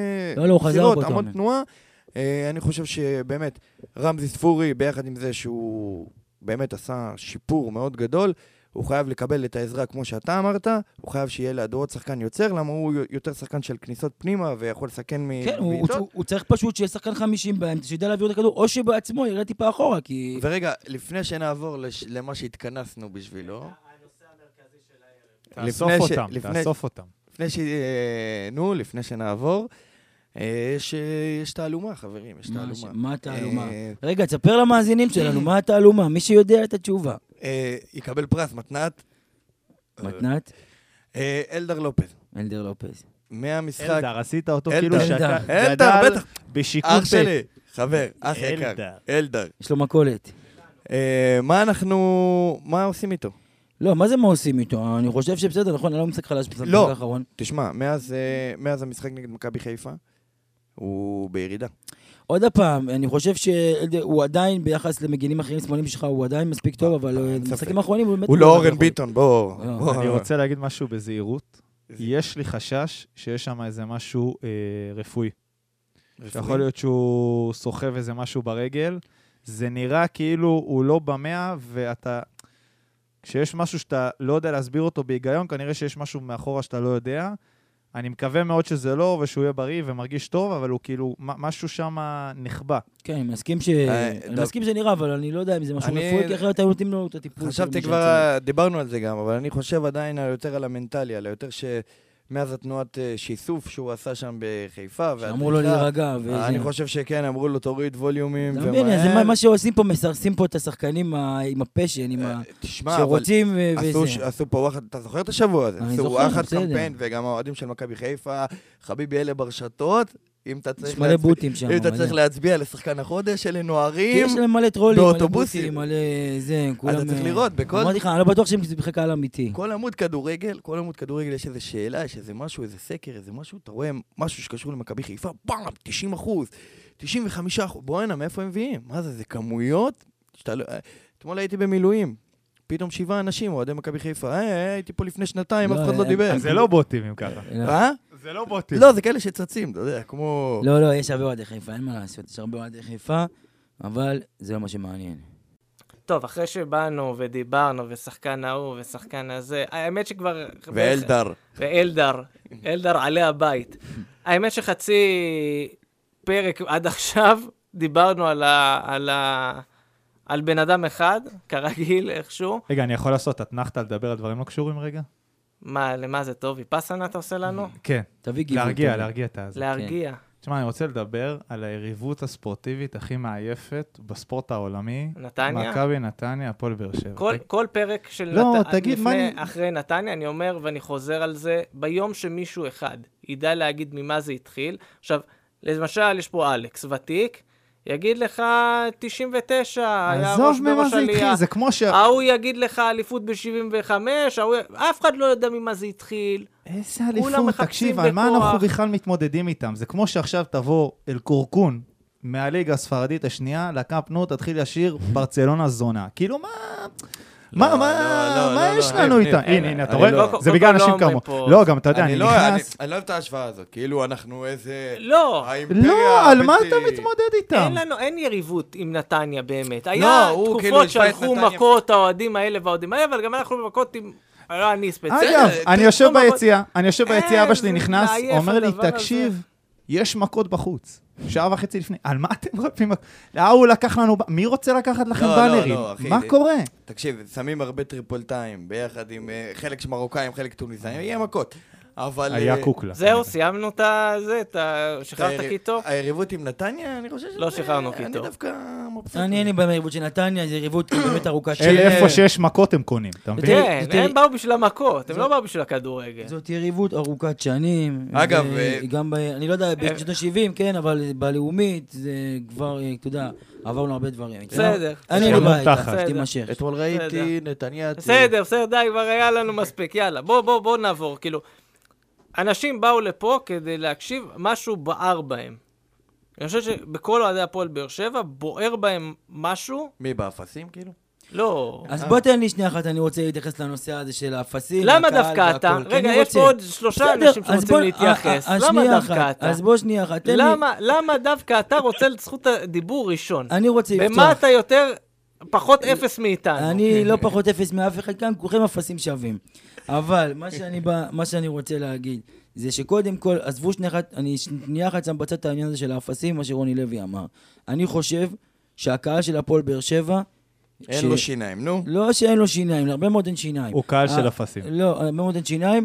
סירות, המון תנועה. אני חושב שבאמת רמזי ספורי, ביחד עם זה שהוא באמת עשה שיפור מאוד גדול, הוא חייב לקבל את העזרה כמו שאתה אמרת, הוא חייב שיהיה לידו עוד שחקן יוצר, למה הוא יותר שחקן של כניסות פנימה ויכול לסכן מבעיטות. כן, הוא, הוא, הוא צריך פשוט שיהיה שחקן חמישים בהם, שידע להעביר את הכדור, או שבעצמו יראה טיפה אחורה, כי... ורגע, לפני שנעבור לש... למה שהתכנסנו בשבילו... הנושא המרכזי של הערב. תאסוף אותם, לפני... תאסוף אותם. לפני ש... נו, לפני שנעבור... יש, יש תעלומה, חברים, יש תעלומה. מה התעלומה? רגע, תספר למאזינים שלנו, מה התעלומה? מי שיודע את התשובה. יקבל פרס, מתנת. מתנת? אלדר לופז. אלדר לופז. מהמשחק... אלדר, עשית אותו כאילו שקע... אלדר, בטח. בשיקול פה. אח שלי, חבר, אח יקר. אלדר. יש לו מקולת. מה אנחנו... מה עושים איתו? לא, מה זה מה עושים איתו? אני חושב שבסדר, נכון, אני לא משחק חלש במשחק האחרון. תשמע, מאז המשחק נגד מכבי חיפה, הוא בירידה. עוד הפעם, אני חושב שהוא עדיין, ביחס למגינים אחרים שמאלים שלך, הוא עדיין מספיק טוב, אבל במשחקים האחרונים הוא באמת... הוא לא אורן ביטון, בוא. אני רוצה להגיד משהו בזהירות. יש לי חשש שיש שם איזה משהו רפואי. יכול להיות שהוא סוחב איזה משהו ברגל. זה נראה כאילו הוא לא במאה, ואתה... כשיש משהו שאתה לא יודע להסביר אותו בהיגיון, כנראה שיש משהו מאחורה שאתה לא יודע. אני מקווה מאוד שזה לא, ושהוא יהיה בריא ומרגיש טוב, אבל הוא כאילו, משהו שם נחבא. כן, אני מסכים ש... אני מסכים שנראה, אבל אני לא יודע אם זה משהו רפואי, כי אחרת היו נותנים לו את הטיפול. חשבתי כבר, דיברנו על זה גם, אבל אני חושב עדיין יותר על המנטלי, על יותר ש... מאז התנועת שיסוף שהוא עשה שם בחיפה. שאמרו לו להירגע. אני חושב שכן, אמרו לו תוריד ווליומים. זה מה שעושים פה, מסרסים פה את השחקנים עם הפשן, שרוצים וזה. עשו פה וואחד, אתה זוכר את השבוע הזה? עשו וואחד קמפיין, וגם האוהדים של מכבי חיפה, חביבי אלה ברשתות. אם אתה צריך, להצביע, אם אתה צריך להצביע לשחקן החודש, אלה נוערים, כי יש להם מלא טרולים, באוטובוסים. מלא זה, אתה צריך לראות, בכל... אמרתי לך, אני לא בטוח שהם בכלל קהל אמיתי. כל עמוד כדורגל, כל עמוד כדורגל יש איזו שאלה, יש איזה משהו, איזה סקר, איזה משהו, אתה רואה משהו שקשור למכבי חיפה, פעם, תשעים אחוז, תשעים וחמישה אחוז, בוא הנה, מאיפה הם מביאים? מה זה, זה כמויות? אתמול הייתי במילואים, פתאום שבעה אנשים, אוהדי מכבי חיפה, הייתי פה לפני שנתיים, אף אחד לא דיבר. זה לא בוטים אם ככה. אה? זה לא בוטים. לא, זה כאלה שצצים, אתה יודע, כמו... לא, לא, יש הרבה אוהדי חיפה, אין מה לעשות, יש הרבה אוהדי חיפה, אבל זה לא מה שמעניין. טוב, אחרי שבאנו ודיברנו, ושחקן ההוא ושחקן הזה, האמת שכבר... ואלדר. ואלדר, אלדר עלי הבית. האמת שחצי פרק עד עכשיו דיברנו על ה... על ה... על בן אדם אחד, כרגיל, איכשהו. רגע, אני יכול לעשות אתנחתה לדבר על דברים לא קשורים רגע? מה, למה זה טוב? ויפסנה אתה עושה לנו? כן. תביא גיוון. להרגיע, להרגיע את הזה. להרגיע. תשמע, אני רוצה לדבר על היריבות הספורטיבית הכי מעייפת בספורט העולמי. נתניה? מכבי נתניה, הפועל באר שבע. כל, כל פרק של לא, נת... תגיד, לפני, מה... אחרי נתניה, אני אומר ואני חוזר על זה, ביום שמישהו אחד ידע להגיד ממה זה התחיל. עכשיו, למשל, יש פה אלכס, ותיק, יגיד לך תשעים ותשע, היה ראש בראש עלייה. זה כמו ש... ההוא יגיד לך אליפות ב-שבעים וחמש, ההוא... אף אחד לא יודע ממה זה התחיל. איזה אליפות, תקשיב, על מה אנחנו בכלל מתמודדים איתם? זה כמו שעכשיו תבוא אל קורקון מהליגה הספרדית השנייה, לקאפ נו, תתחיל לשיר ברצלונה זונה. כאילו מה... מה, מה, מה יש לנו איתם? הנה, הנה, אתה רואה? זה בגלל אנשים כמו... לא, גם אתה יודע, אני נכנס... אני לא אוהב את ההשוואה הזאת, כאילו אנחנו איזה... לא, לא, על מה אתה מתמודד איתם? אין לנו, אין יריבות עם נתניה באמת. היה תקופות שהלכו מכות האוהדים האלה והאוהדים האלה, אבל גם אנחנו מכות עם... לא, אני ספציפי. אגב, אני יושב ביציאה, אני יושב ביציאה, אבא שלי נכנס, אומר לי, תקשיב, יש מכות בחוץ. שעה וחצי לפני, על מה אתם רבים? הוא לקח לנו, מי רוצה לקחת לכם בנרים? מה קורה? תקשיב, שמים הרבה טריפולטאים, ביחד עם חלק מרוקאים, חלק טוניסאים, יהיה מכות. אבל... היה קוקלה. זהו, סיימנו את זה, אתה שחררת קיטו? היריבות עם נתניה, אני חושב שזה... לא שחררנו קיטו. אני דווקא מבסוט. אני אין לי ביריבות של נתניה, זה יריבות באמת ארוכה של... איפה שיש מכות הם קונים, אתה מבין? כן, הם באו בשביל המכות, הם לא באו בשביל הכדורגל. זאת יריבות ארוכת שנים. אגב... גם, אני לא יודע, בשנות ה-שבעים, כן, אבל בלאומית זה כבר, אתה יודע, עברנו הרבה דברים. בסדר. אני לא בא איתך, תימשך. אתמול ראיתי נתניה... בסדר, בסדר, די, כבר היה לנו מספיק, יאללה, בוא, בוא, בוא נעבור, כאילו, אנשים באו לפה כדי להקשיב, משהו בער בהם. אני חושב שבכל אוהדי הפועל באר שבע בוער בהם משהו. מי, באפסים כאילו? לא. אז בוא תן לי שנייה אחת, אני רוצה להתייחס לנושא הזה של האפסים. למה דווקא אתה? רגע, יש פה עוד שלושה אנשים שרוצים להתייחס. למה דווקא אתה? אז בוא שנייה אחת, תן לי... למה דווקא אתה רוצה לזכות הדיבור ראשון? אני רוצה לפתוח. במה אתה יותר... פחות אפס מאיתנו. אני לא פחות אפס מאף אחד כאן, כולכם אפסים שווים. אבל מה שאני בא, מה שאני רוצה להגיד, זה שקודם כל, עזבו שנייה אחת, אני שנייה אחת שם בצד את העניין הזה של האפסים, מה שרוני לוי אמר. אני חושב שהקהל של הפועל באר שבע... אין לו שיניים, נו. לא שאין לו שיניים, להרבה מאוד אין שיניים. הוא קהל של אפסים. לא, הרבה מאוד אין שיניים,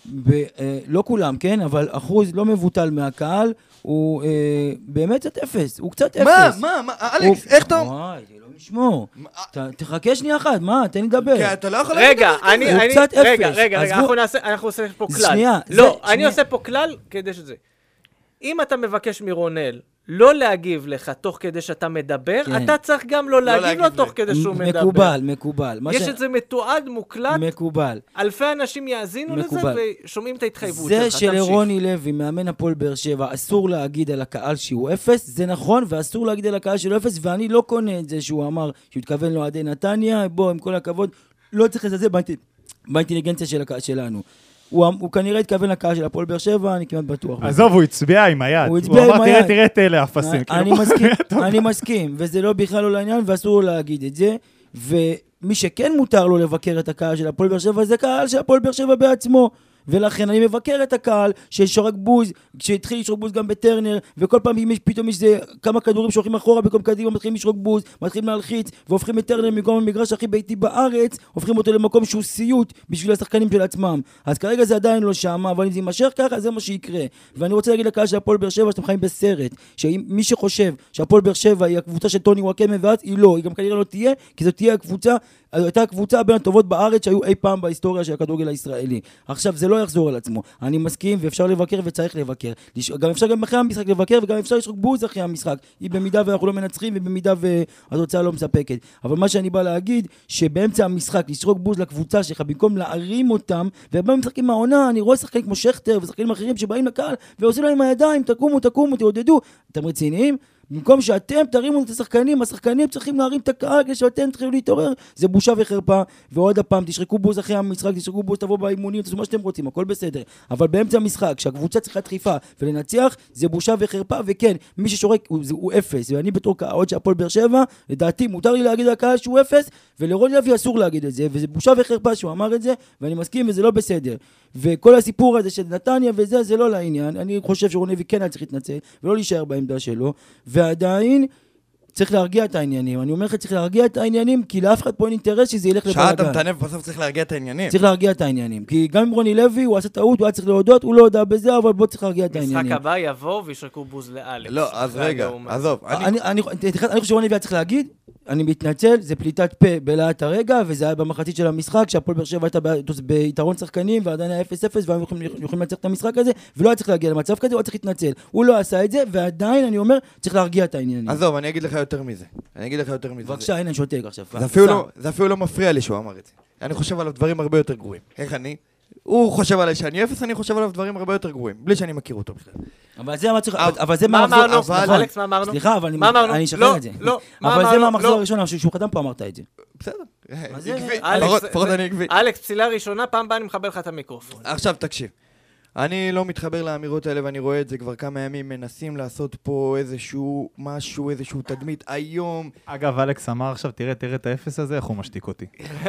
לא כולם, כן, אבל אחוז לא מבוטל מהקהל, הוא באמת קצת אפס, הוא קצת אפס. מה, מה, מה, אלכס, איך אתה... וואי, זה לא משמור. תחכה שנייה אחת, מה, תן לי לדבר. כי אתה לא יכול... רגע, אני... הוא קצת אפס. רגע, רגע, רגע, אנחנו עושים פה כלל. שנייה. לא, אני עושה פה כלל כדי שזה... אם אתה מבקש מרונל לא להגיב לך תוך כדי שאתה מדבר, אתה צריך גם לא להגיב לו תוך כדי שהוא מדבר. מקובל, מקובל. יש את זה מתועד, מוקלט. מקובל. אלפי אנשים יאזינו לזה ושומעים את ההתחייבות שלך. זה שלרוני לוי, מאמן הפועל באר שבע, אסור להגיד על הקהל שהוא אפס, זה נכון, ואסור להגיד על הקהל שהוא אפס, ואני לא קונה את זה שהוא אמר, שהוא התכוון לו עדי נתניה, בוא, עם כל הכבוד, לא צריך לזה באינטליגנציה שלנו. הוא, הוא כנראה התכוון לקהל של הפועל באר שבע, אני כמעט בטוח. עזוב, הוא הצביע עם היד. הוא הצביע עם היד. הוא אמר, תראה, תראה את אלה אפסים. אני מסכים, אני מסכים, וזה לא בכלל לא לעניין, ואסור לו להגיד את זה, ומי שכן מותר לו לבקר את הקהל של הפועל באר שבע, זה קהל של הפועל באר שבע בעצמו. ולכן אני מבקר את הקהל ששורק בוז, כשהתחיל לשרוק בוז גם בטרנר, וכל פעם פתאום יש זה כמה כדורים שהולכים אחורה, במקום קדימה מתחילים לשרוק בוז, מתחילים להלחיץ, והופכים את טרנר במקום המגרש הכי ביתי בארץ, הופכים אותו למקום שהוא סיוט בשביל השחקנים של עצמם. אז כרגע זה עדיין לא שם, אבל אם זה יימשך ככה, זה מה שיקרה. ואני רוצה להגיד לקהל של הפועל באר שבע שאתם חיים בסרט, שמי שחושב שהפועל באר שבע היא הקבוצה של טוני וואקמה ואז היא לא, היא גם כנראה לא תהיה, כי זאת תהיה הקבוצה, הייתה הקבוצה בין הטובות בארץ שהיו אי פעם בהיסטוריה של הכדורגל הישראלי. עכשיו זה לא יחזור על עצמו. אני מסכים ואפשר לבקר וצריך לבקר. גם אפשר גם אחרי המשחק לבקר וגם אפשר לשרוק בוז אחרי המשחק. היא במידה ואנחנו לא מנצחים ובמידה והתוצאה לא מספקת. אבל מה שאני בא להגיד, שבאמצע המשחק לשרוק בוז לקבוצה שלך במקום להרים אותם, ובא משחקים מהעונה, אני רואה שחקנים כמו שכטר ושחקנים אחרים שבאים לקהל ועושים להם הידיים, תקומו, תקומו, תעודדו. אתם רציניים? במקום שאתם תרימו את השחקנים, השחקנים צריכים להרים את הקהל כדי שאתם צריכים להתעורר, זה בושה וחרפה, ועוד הפעם תשרקו בוז אחרי המשחק, תשרקו בוז, תבוא באימונים, תעשו מה שאתם רוצים, הכל בסדר, אבל באמצע המשחק, כשהקבוצה צריכה דחיפה ולנצח, זה בושה וחרפה, וכן, מי ששורק הוא, הוא אפס, ואני בתור עוד שהפועל באר שבע, לדעתי מותר לי להגיד לקהל שהוא אפס, ולרוני לוי אסור להגיד את זה, וזה בושה וחרפה שהוא אמר את זה, ואני מסכים וזה לא בסדר. וכל הסיפור הזה של נתניה וזה, זה לא לעניין. אני חושב שרוני לוי כן היה צריך להתנצל, ולא להישאר בעמדה שלו. ועדיין, צריך להרגיע את העניינים. אני אומר לך, צריך להרגיע את העניינים, כי לאף אחד פה אין אינטרס שזה ילך לבלגן. שעה אתה מתענב, בסוף צריך להרגיע את העניינים. צריך להרגיע את העניינים. כי גם עם רוני לוי, הוא עשה טעות, הוא היה צריך להודות, הוא לא יודע בזה, אבל בוא צריך להרגיע את העניינים. משחק הבא יבוא וישרקו בוז לאלכס. לא, אז רגע, עזוב. אני חושב שרוני לוי היה צריך להגיד, אני מתנצל, זה פליטת פה בלהט הרגע, וזה היה במחצית של המשחק, שהפועל באר שבע הייתה ביתרון שחקנים, ועדיין היה אפס אפס, והם יכולים לנצח את המשחק הזה, ולא היה צריך להגיע למצב כזה, הוא היה צריך להתנצל. הוא לא עשה את זה, ועדיין אני אומר, צריך להרגיע את העניינים. עזוב, אני אגיד לך יותר מזה. אני אגיד לך יותר מזה. בבקשה, הנה, אני שותק עכשיו. זה אפילו לא מפריע לי שהוא אמר את זה. אני חושב עליו דברים הרבה יותר גרועים. איך אני? הוא חושב עליי שאני אפס, אני חושב עליו דברים הרבה יותר גרועים, בלי שאני מכיר אותו בכלל. אבל זה מה צריך, אבל זה מה אמרנו? אלכס, מה אמרנו? סליחה, אבל אני אשחרר את זה. לא, לא. אבל זה מה המחזור הראשון, שהוא חתם פה אמרת את זה. בסדר. לפחות אני עקבי. אלכס, פסילה ראשונה, פעם באה אני מחבר לך את המיקרופון. עכשיו תקשיב. אני לא מתחבר לאמירות האלה, ואני רואה את זה כבר כמה ימים, מנסים לעשות פה איזשהו משהו, איזשהו תדמית. היום... אגב, אלכס אמר עכשיו, תראה, תראה את האפס הזה, איך הוא משתיק אותי.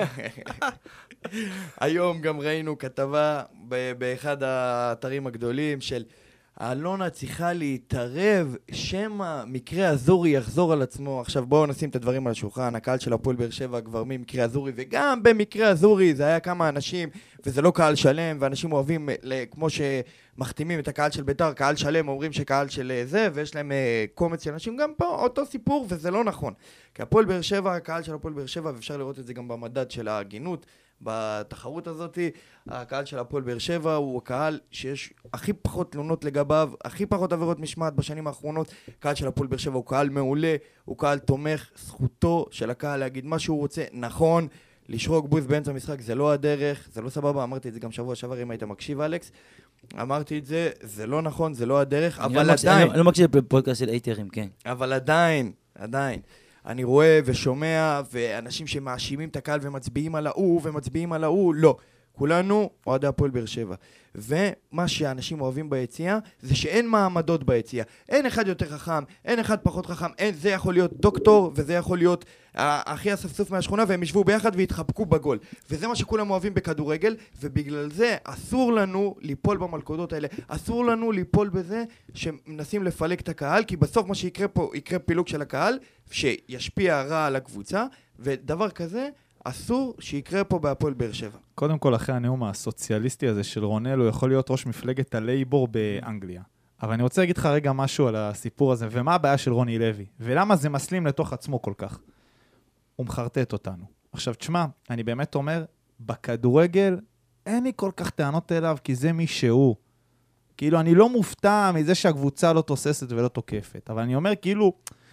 היום גם ראינו כתבה באחד האתרים הגדולים של אלונה צריכה להתערב שמא מקרה אזורי יחזור על עצמו. עכשיו בואו נשים את הדברים על השולחן. הקהל של הפועל באר שבע כבר ממקרה אזורי, וגם במקרה אזורי זה היה כמה אנשים, וזה לא קהל שלם, ואנשים אוהבים, כמו שמחתימים את הקהל של ביתר, קהל שלם, אומרים שקהל של זה, ויש להם קומץ של אנשים, גם פה אותו סיפור, וזה לא נכון. כי הפועל באר שבע, הקהל של הפועל באר שבע, ואפשר לראות את זה גם במדד של ההגינות, בתחרות הזאת, הקהל של הפועל באר שבע הוא הקהל שיש הכי פחות תלונות לגביו, הכי פחות עבירות משמעת בשנים האחרונות. הקהל של הפועל באר שבע הוא קהל מעולה, הוא קהל תומך, זכותו של הקהל להגיד מה שהוא רוצה. נכון, לשרוק בוז באמצע המשחק זה לא הדרך, זה לא סבבה, אמרתי את זה גם שבוע שעבר אם היית מקשיב אלכס, אמרתי את זה, זה לא נכון, זה לא הדרך, אבל עדיין... אני לא מקשיב לפודקאסט של אייטרים, כן. אבל עדיין, עדיין. אני רואה ושומע, ואנשים שמאשימים את הקהל ומצביעים על ההוא ומצביעים על ההוא, לא. כולנו אוהדי הפועל באר שבע. ומה שאנשים אוהבים ביציאה, זה שאין מעמדות ביציאה. אין אחד יותר חכם, אין אחד פחות חכם, אין, זה יכול להיות דוקטור, וזה יכול להיות הכי הספסוף מהשכונה, והם ישבו ביחד והתחבקו בגול. וזה מה שכולם אוהבים בכדורגל, ובגלל זה אסור לנו ליפול במלכודות האלה. אסור לנו ליפול בזה שמנסים לפלג את הקהל, כי בסוף מה שיקרה פה, יקרה פילוג של הקהל, שישפיע רע על הקבוצה, ודבר כזה אסור שיקרה פה בהפועל באר שבע. קודם כל, אחרי הנאום הסוציאליסטי הזה של רונל, הוא יכול להיות ראש מפלגת הלייבור באנגליה. אבל אני רוצה להגיד לך רגע משהו על הסיפור הזה, ומה הבעיה של רוני לוי, ולמה זה מסלים לתוך עצמו כל כך. הוא מחרטט אותנו. עכשיו, תשמע, אני באמת אומר, בכדורגל אין לי כל כך טענות אליו, כי זה מי שהוא. כאילו, אני לא מופתע מזה שהקבוצה לא תוססת ולא תוקפת, אבל אני אומר, כאילו,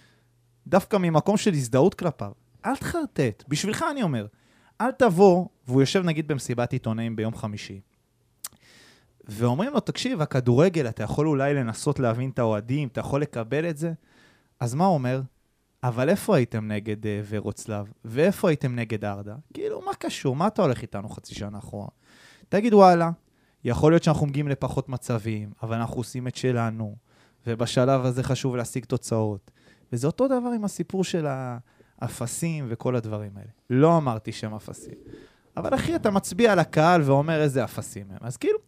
דווקא ממקום של הזדהות כלפיו, אל תחרטט, בשבילך אני אומר, אל תבוא, והוא יושב נגיד במסיבת עיתונאים ביום חמישי, ואומרים לו, תקשיב, הכדורגל, אתה יכול אולי לנסות להבין את האוהדים, אתה יכול לקבל את זה, אז מה הוא אומר? אבל איפה הייתם נגד uh, ורוצלב? ואיפה הייתם נגד ארדה? כאילו, מה קשור? מה אתה הולך איתנו חצי שנה אחורה? תגיד, וואלה, יכול להיות שאנחנו מגיעים לפחות מצבים, אבל אנחנו עושים את שלנו, ובשלב הזה חשוב להשיג תוצאות. וזה אותו דבר עם הסיפור של האפסים וכל הדברים האלה. לא אמרתי שהם אפסים. אבל אחי, אתה מצביע על הקהל ואומר איזה אפסים הם. אז כאילו,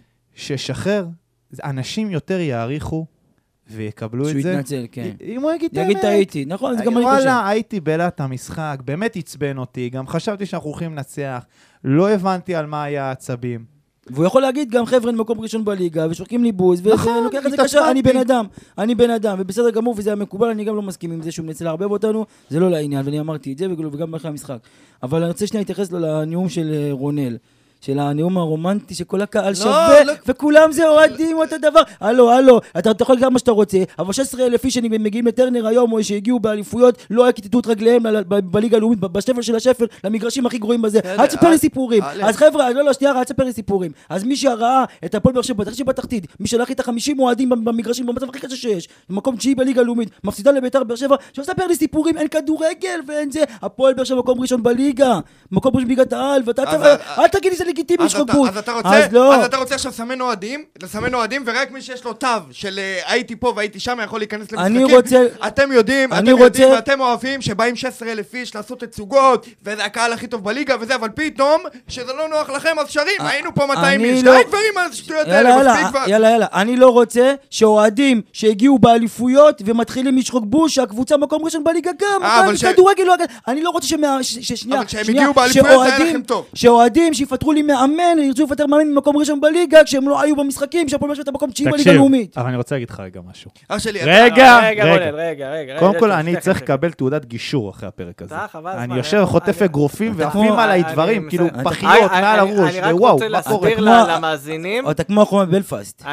ששחרר, אנשים יותר יעריכו ויקבלו את זה. שהוא יתנצל, כן. אם הוא יגיד את האמת. יגיד טעיתי, נכון, זה גם אני חושב. וואלה, הייתי בלעת המשחק, באמת עצבן אותי, גם חשבתי שאנחנו הולכים לנצח, לא הבנתי על מה היה העצבים. והוא יכול להגיד גם חבר'ה מקום ראשון בליגה, ושורקים לי בוז, ולוקח את זה קשה, אני בן אדם, אני בן אדם, ובסדר גמור, וזה המקובל, אני גם לא מסכים עם זה שהוא מנסה להרבב אותנו, זה לא לעניין, ואני אמרתי את זה, וגם באחרי המשחק. אבל אני רוצה שנייה להתייחס לו לנאום של רונל, של הנאום הרומנטי שכל הקהל שווה, לא. וכולם זה אוהדים אותו דבר. הלו, הלו, אתה יכול להגיד מה שאתה רוצה, אבל שש עשרה אלף איש שמגיעים לטרנר היום, או שהגיעו באליפויות, לא קיטטו את רגליהם בליגה הלאומית, בשפל של השפל, למגרשים הכי גרועים בזה. אל תספר לי סיפורים. אז חבר'ה, לא, לא, שנייה, אל תספר לי סיפורים. אז מי שראה את הפועל באר שבע, בתחתית בתחתית, מי שלח את ה-חמישים אוהדים במגרשים, במצב הכי קשה שיש, במקום תשיעי בליגה הלאומית, מפסידה לביתר באר שבע, שתספר לי סיפורים, אין כדורגל ואין זה. הפועל באר שבע מקום ראשון בליגה, מקום ראשון בליגת העל, ואתה אל תגיד לי זה לגיטימי לשחוק אז בוז. אתה רוצה, אז לא. אז אתה רוצה עכשיו לסמן אוהדים, לסמן אוהדים, ורק מי שיש לו תו של הייתי פה והייתי שם יכול להיכנס למשחקים. אני רוצה... אתם יודעים, אתם יודעים ואתם אוהבים שבאים שש עשרה אלף איש לעשות תצוגות, וזה הקהל הכי טוב בליגה וזה, אבל פתאום, שזה לא נוח לכם, אז שרים, היינו פה מאתיים איש, די דברים על השטויות האלה, מספיק כבר. יאללה, יאללה, אני לא רוצה שאוהדים שהגיעו באליפויות ומתחילים לשחוק בוז, שהקבוצה מקום ראשון בליגה גם, כדורגל לא... אני לא רוצה ששנייה, אבל כשהם הגיעו באליפויות זה היה לכם טוב. שאוהדים שיפטרו לי מאמן, ירצו לפטר מאמן ממקום ראשון בליגה, כשהם לא היו במשחקים, שהפועל באר שבע את המקום תשיעי בליגה הלאומית. אבל אני רוצה להגיד לך רגע משהו. רגע, רגע, רגע. קודם כל, אני צריך לקבל תעודת גישור אחרי הפרק הזה. אני יושב חוטף אגרופים ועפים עליי דברים, כאילו פחיות מעל הראש, וואו, מה קורה? אני רק רוצה להסביר למאזינים. אתה כמו החומה בבלפאסט.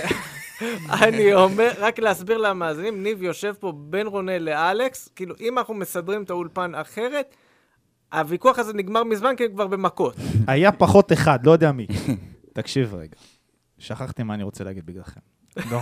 אני אומר, רק להסביר למאזינים, ניב יושב פה בין רונל לאלכס, כאילו אם אנחנו מסדרים את האולפן אחרת, הוויכוח הזה נגמר מזמן כי כבר במכות. היה פחות אחד, לא יודע מי. תקשיב רגע. שכחתי מה אני רוצה להגיד בגללכם. לא.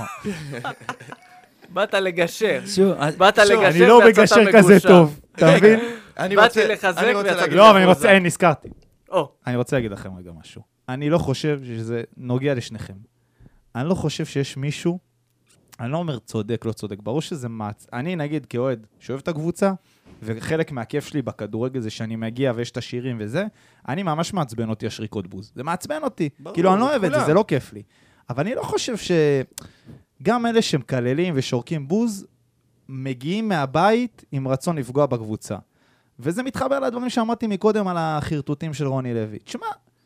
באת לגשר. שוב, באת לגשר אני לא מגשר כזה טוב, אתה מבין? באתי לחזק ויצאתי לגשר. לא, אבל אני רוצה, אין, נזכרתי. או. אני רוצה להגיד לכם רגע משהו. אני לא חושב שזה נוגע לשניכם. אני לא חושב שיש מישהו, אני לא אומר צודק, לא צודק, ברור שזה מעצ... אני נגיד כאוהד שאוהב את הקבוצה, וחלק מהכיף שלי בכדורגל זה שאני מגיע ויש את השירים וזה, אני ממש מעצבן אותי השריקות בוז. זה מעצבן אותי. ברור, כאילו אני לא אוהב את זה, זה לא כיף לי. אבל אני לא חושב שגם אלה שמקללים ושורקים בוז, מגיעים מהבית עם רצון לפגוע בקבוצה. וזה מתחבר לדברים שאמרתי מקודם על החרטוטים של רוני לוי. תשמע,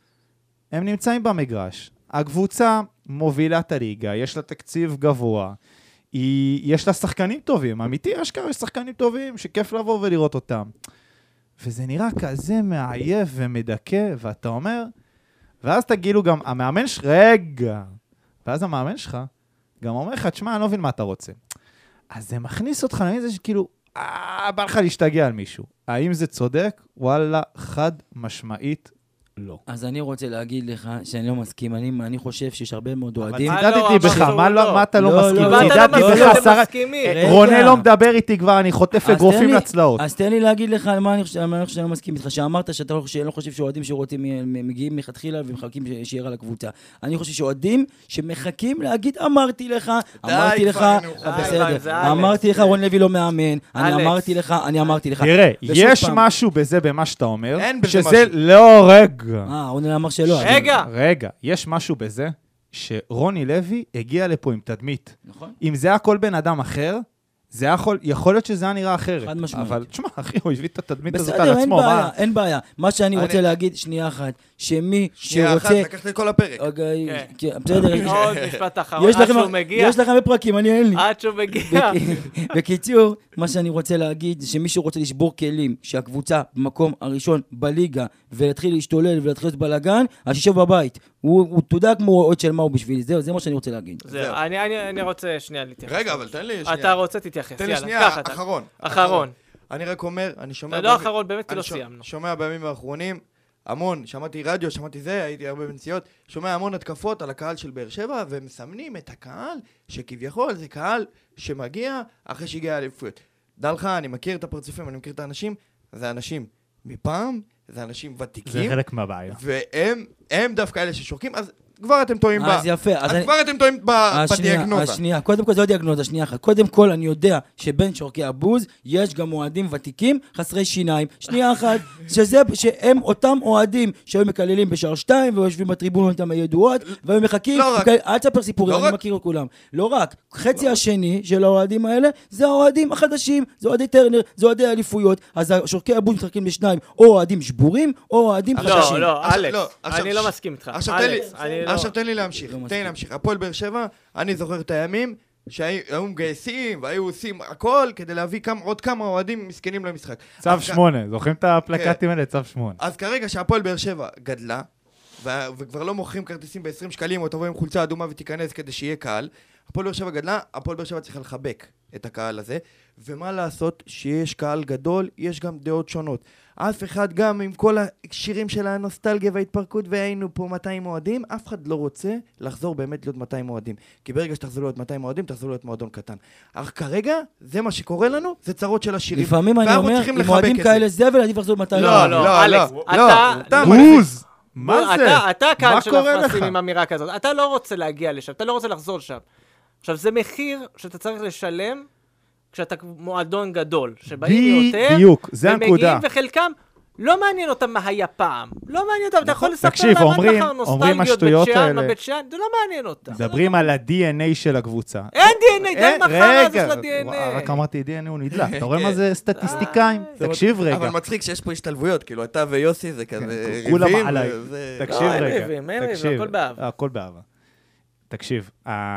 הם נמצאים במגרש. הקבוצה מובילה את הליגה, יש לה תקציב גבוה, היא, יש לה שחקנים טובים, אמיתי, אשכרה יש שחקנים טובים שכיף לבוא ולראות אותם. וזה נראה כזה מעייף ומדכא, ואתה אומר, ואז תגילו גם, המאמן שלך, רגע, ואז המאמן שלך גם אומר לך, תשמע, אני לא מבין מה אתה רוצה. אז זה מכניס אותך לזה שכאילו, אה, בא לך להשתגע על מישהו. האם זה צודק? וואלה, חד משמעית. לא. אז אני רוצה להגיד לך שאני לא מסכים, אני, אני חושב שיש הרבה מאוד אוהדים. אבל צידדתי בך, מה, לא, מה אתה לא, לא מסכים? לא, צידדתי לא, בך, לא, שר... לא רונל לא מדבר איתי כבר, אני חוטף אגרופים לצלעות. אז תן לי להגיד לך על מה אני חושב, אני חושב שאני לא מסכים איתך, שאמרת שאתה לא חושב שאוהדים שרוצים, מגיעים מחתחילה ומחכים שיהיה על הקבוצה. אני חושב שאוהדים שמחכים להגיד, אמרתי לך, אמרתי לך, בסדר, אמרתי לך, רון לוי לא מאמן, אני אמרתי לך, אני אמרתי לך. תראה, יש משהו בזה במה שאתה אומר, שזה לא רגע. אה, רון אמר שלא. רגע. רגע, יש משהו בזה שרוני לוי הגיע לפה עם תדמית. נכון. אם זה היה כל בן אדם אחר, זה יכול, יכול להיות שזה היה נראה אחרת. חד משמעית. אבל תשמע, אחי, הוא הביא את התדמית הזאת על בסדר, אין עצמו. בעיה, אין בעיה. מה שאני רוצה להגיד, שנייה אחת, שמי שרוצה... שנייה אחת, לקחת את כל הפרק. בסדר. עוד משפט אחרון, עד שהוא מגיע. יש לכם בפרקים, אני אין לי. עד שהוא מגיע. בקיצור, מה שאני רוצה להגיד, זה שמי שרוצה לשבור כלים, שהקבוצה במקום הראשון בליגה, ולהתחיל להשתולל ולהתחיל להיות בלגן, אז שישב בבית. הוא תודה כמו עוד של מה הוא בשביל זה, זה מה שאני רוצה להגיד. זהו, אני רוצה שנייה להתייחס. רגע, אבל תן לי שנייה. אתה רוצה תתייחס, תן לי שנייה, אחרון. אחרון. אני רק אומר, אני שומע... לא אחרון, באמת כי לא סיימנו. אני שומע בימים האחרונים, המון, שמעתי רדיו, שמעתי זה, הייתי הרבה בנסיעות, שומע המון התקפות על הקהל של באר שבע, ומסמנים את הקהל שכביכול זה קהל שמגיע אחרי שהגיע האליפויות. דע לך, אני מכיר את הפרצופים, אני מכיר את האנשים, זה אנשים מפעם, זה אנשים ותיקים. זה חלק מהבעיה. והם, הם דווקא אלה ששורקים, אז כבר אתם טועים ב... אז יפה. אז כבר אתם טועים בדיאגנוזה. אז שנייה, קודם כל זה לא דיאגנוזה, שנייה אחת. קודם כל אני יודע שבין שורקי הבוז יש גם אוהדים ותיקים חסרי שיניים. שנייה אחת, שזה, שהם אותם אוהדים שהיו מקללים בשער שתיים ויושבים בטריבונות הידועות, והיו מחכים, אל תספר סיפורים, אני מכיר את כולם. לא רק, חצי השני של האוהדים האלה, זה האוהדים החדשים, זה אוהדי טרנר, זה אוהדי האליפויות, אז שורקי הבוז מתחלקים לשניים, או אוהדים שבורים, או אוהדים חדשים. לא, לא, אלכס, אני לא מסכים איתך. עכשיו תן לי להמשיך, תן לי להמשיך. הפועל באר שבע, אני זוכר את הימים שהיו מגייסים והיו עושים הכל כדי להביא עוד כמה אוהדים מסכנים למשחק. צו שמונה, זוכרים את הפלקטים האלה? צו שמונה. אז כרגע שהפועל באר שבע גדלה, וכבר לא מוכרים כרטיסים ב-עשרים שקלים, או תבוא עם חולצה אדומה ותיכנס כדי שיהיה קהל, הפועל באר שבע גדלה, הפועל באר שבע צריכה לחבק את הקהל הזה, ומה לעשות שיש קהל גדול, יש גם דעות שונות. אף אחד גם עם כל השירים של הנוסטלגיה וההתפרקות והיינו פה מאתיים אוהדים, אף אחד לא רוצה לחזור באמת להיות מאתיים אוהדים. כי ברגע שתחזרו להיות מאתיים אוהדים, תחזרו להיות מועדון קטן. אך כרגע, זה מה שקורה לנו, זה צרות של השירים. לפעמים אני אומר, עם אוהדים כאלה זבל, אני אחזור מאתיים אוהדים. לא, לא, אלכס, אתה... בוז! מה זה? אתה הקהל של הפרסים עם אמירה כזאת. אתה לא רוצה להגיע לשם, אתה לא רוצה לחזור לשם. עכשיו, זה מחיר שאתה צריך לשלם כשאתה מועדון גדול, שבאים יותר, בדיוק, זה הנקודה. וחלקם לא מעניין אותם מה היה פעם. לא מעניין אותם, אתה יכול לספר להם עד מחר נוסטלגיות בית שאן, בית שאן, זה לא מעניין אותם. מדברים על ה-די אן איי של הקבוצה. אין די אן איי, די מחר הזה של ה-די אן איי. רק אמרתי די אן איי הוא נדלק. אתה רואה מה זה סטטיסטיקאים? תקשיב רגע. אבל מצחיק שיש פה השתלבויות, כאילו אתה ויוסי זה כזה כולם ריבים. עליי. תקשיב רגע. אין ריבים, אין ריבים, הכל באהבה. הכל באהבה. תקשיב,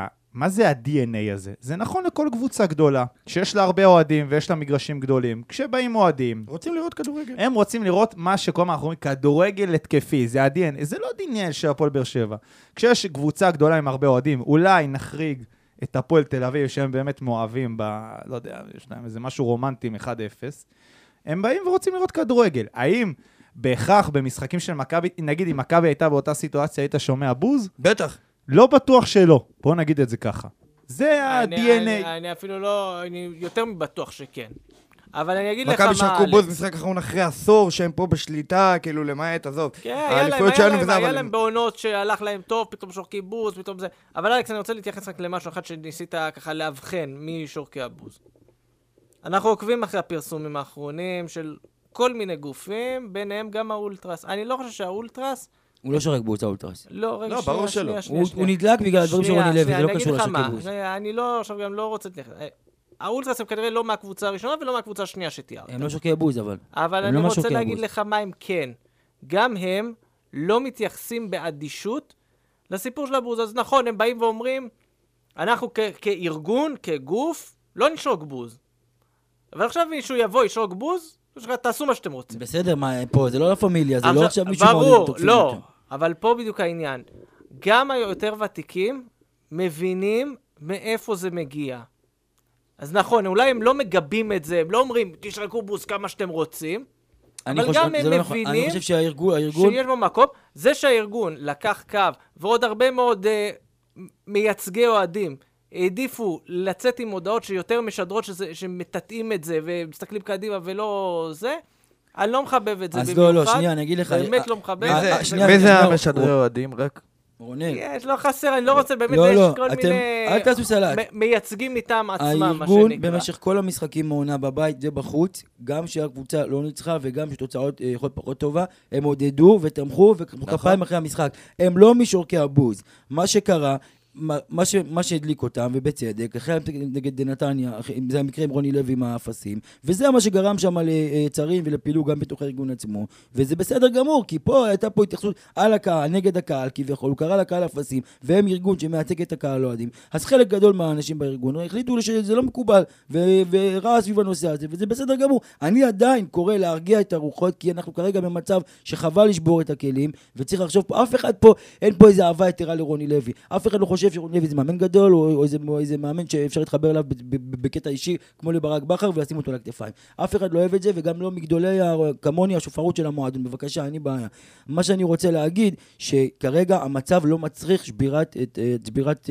מה זה ה-די אן איי הזה? זה נכון לכל קבוצה גדולה, שיש לה הרבה אוהדים ויש לה מגרשים גדולים. כשבאים אוהדים, רוצים לראות כדורגל. הם רוצים לראות מה שכל מה אנחנו אומרים, כדורגל התקפי, זה ה-די אן איי, זה לא די אן איי של הפועל באר שבע. כשיש קבוצה גדולה עם הרבה אוהדים, אולי נחריג את הפועל תל אביב, שהם באמת מאוהבים ב... לא יודע, יש להם איזה משהו רומנטי אחד אפס. הם באים ורוצים לראות כדורגל. האם בהכרח במשחקים של מכבי, נגיד אם מכבי הייתה באותה סיטואציה, היית שומע בוז? בטח. לא בטוח שלא. בואו נגיד את זה ככה. זה ה-די אן איי. אני, אני אפילו לא, אני יותר מבטוח שכן. אבל אני אגיד לך מה... מכבי שרקו בוז משחק אחרון אחרי עשור שהם פה בשליטה, כאילו למעט, עזוב. כן, היה להם, היה להם, היה להם בעונות שהלך להם טוב, פתאום שורקי בוז, פתאום זה. אבל אלכס, אני רוצה להתייחס רק למשהו אחד שניסית ככה להבחן מי שורקי הבוז. אנחנו עוקבים אחרי הפרסומים האחרונים של כל מיני גופים, ביניהם גם האולטרס. אני לא חושב שהאולטרס... הוא לא שורק בוז האולטרס. לא, רגע, שנייה, שנייה, שנייה. הוא נדלק בגלל הדברים של רוני לוי, זה לא קשור לשורקי בוז. אני לא, עכשיו גם לא רוצה... האולטרס הם כנראה לא מהקבוצה הראשונה ולא מהקבוצה השנייה שתיארת. הם לא שורקי בוז, אבל. אבל אני רוצה להגיד לך מה הם כן. גם הם לא מתייחסים באדישות לסיפור של הבוז. אז נכון, הם באים ואומרים, אנחנו כארגון, כגוף, לא נשרוק בוז. אבל עכשיו מישהו יבוא, ישרוק בוז, תעשו מה שאתם רוצים. בסדר, מה, פה, זה לא לפמיליה, זה לא עכשיו מישהו... ברור, לא. אבל פה בדיוק העניין. גם היותר ותיקים מבינים מאיפה זה מגיע. אז נכון, אולי הם לא מגבים את זה, הם לא אומרים, תשרקו בוז כמה שאתם רוצים, אבל גם הם מבינים שיש בו מקום. זה שהארגון לקח קו, ועוד הרבה מאוד מייצגי אוהדים, העדיפו לצאת עם הודעות שיותר משדרות שמתתאים את זה, ומסתכלים קדימה ולא זה, אני לא מחבב את זה במיוחד. אז לא, לא, שנייה, אני אגיד לך... באמת לא מחבב. מי זה המשדרי אוהדים? רק... רונל. יש, לא חסר, אני לא רוצה, באמת לא, יש לא, כל אתם, מיני... אל תעשו סלט. מייצגים מטעם עצמם, מה שנקרא. הארגון במשך כל המשחקים מעונה בבית ובחוץ, גם שהקבוצה לא ניצחה וגם שתוצאות יכול פחות טובה, הם עודדו ותמכו וכפיים אחרי המשחק. הם לא משורקי הבוז. מה שקרה... מה, ש, מה שהדליק אותם, ובצדק, אחרי נגד נתניה, זה המקרה עם רוני לוי עם האפסים, וזה מה שגרם שם ליצרים ולפילוג גם בתוך הארגון עצמו, וזה בסדר גמור, כי פה הייתה פה התייחסות על הקהל, נגד הקהל, כביכול, הוא קרא לקהל אפסים, והם ארגון שמייצג את הקהל לא אוהדים, אז חלק גדול מהאנשים בארגון החליטו שזה לא מקובל, ו- וראה סביב הנושא הזה, וזה בסדר גמור. אני עדיין קורא להרגיע את הרוחות, כי אנחנו כרגע במצב שחבל לשבור את הכלים, וצריך לחשוב פה, אף אחד פה, אין פה איזה אהבה יתרה לרוני לוי, אף אחד לא חושב שרוני לוי זה מאמן גדול, או, או, איזה, או איזה מאמן שאפשר להתחבר אליו בקטע אישי, כמו לברק בכר, ולשים אותו לכתפיים. אף אחד לא אוהב את זה, וגם לא מגדולי כמוני השופרות של המועדון. בבקשה, אני בעיה. מה שאני רוצה להגיד, שכרגע המצב לא מצריך שבירת, את, את, שבירת,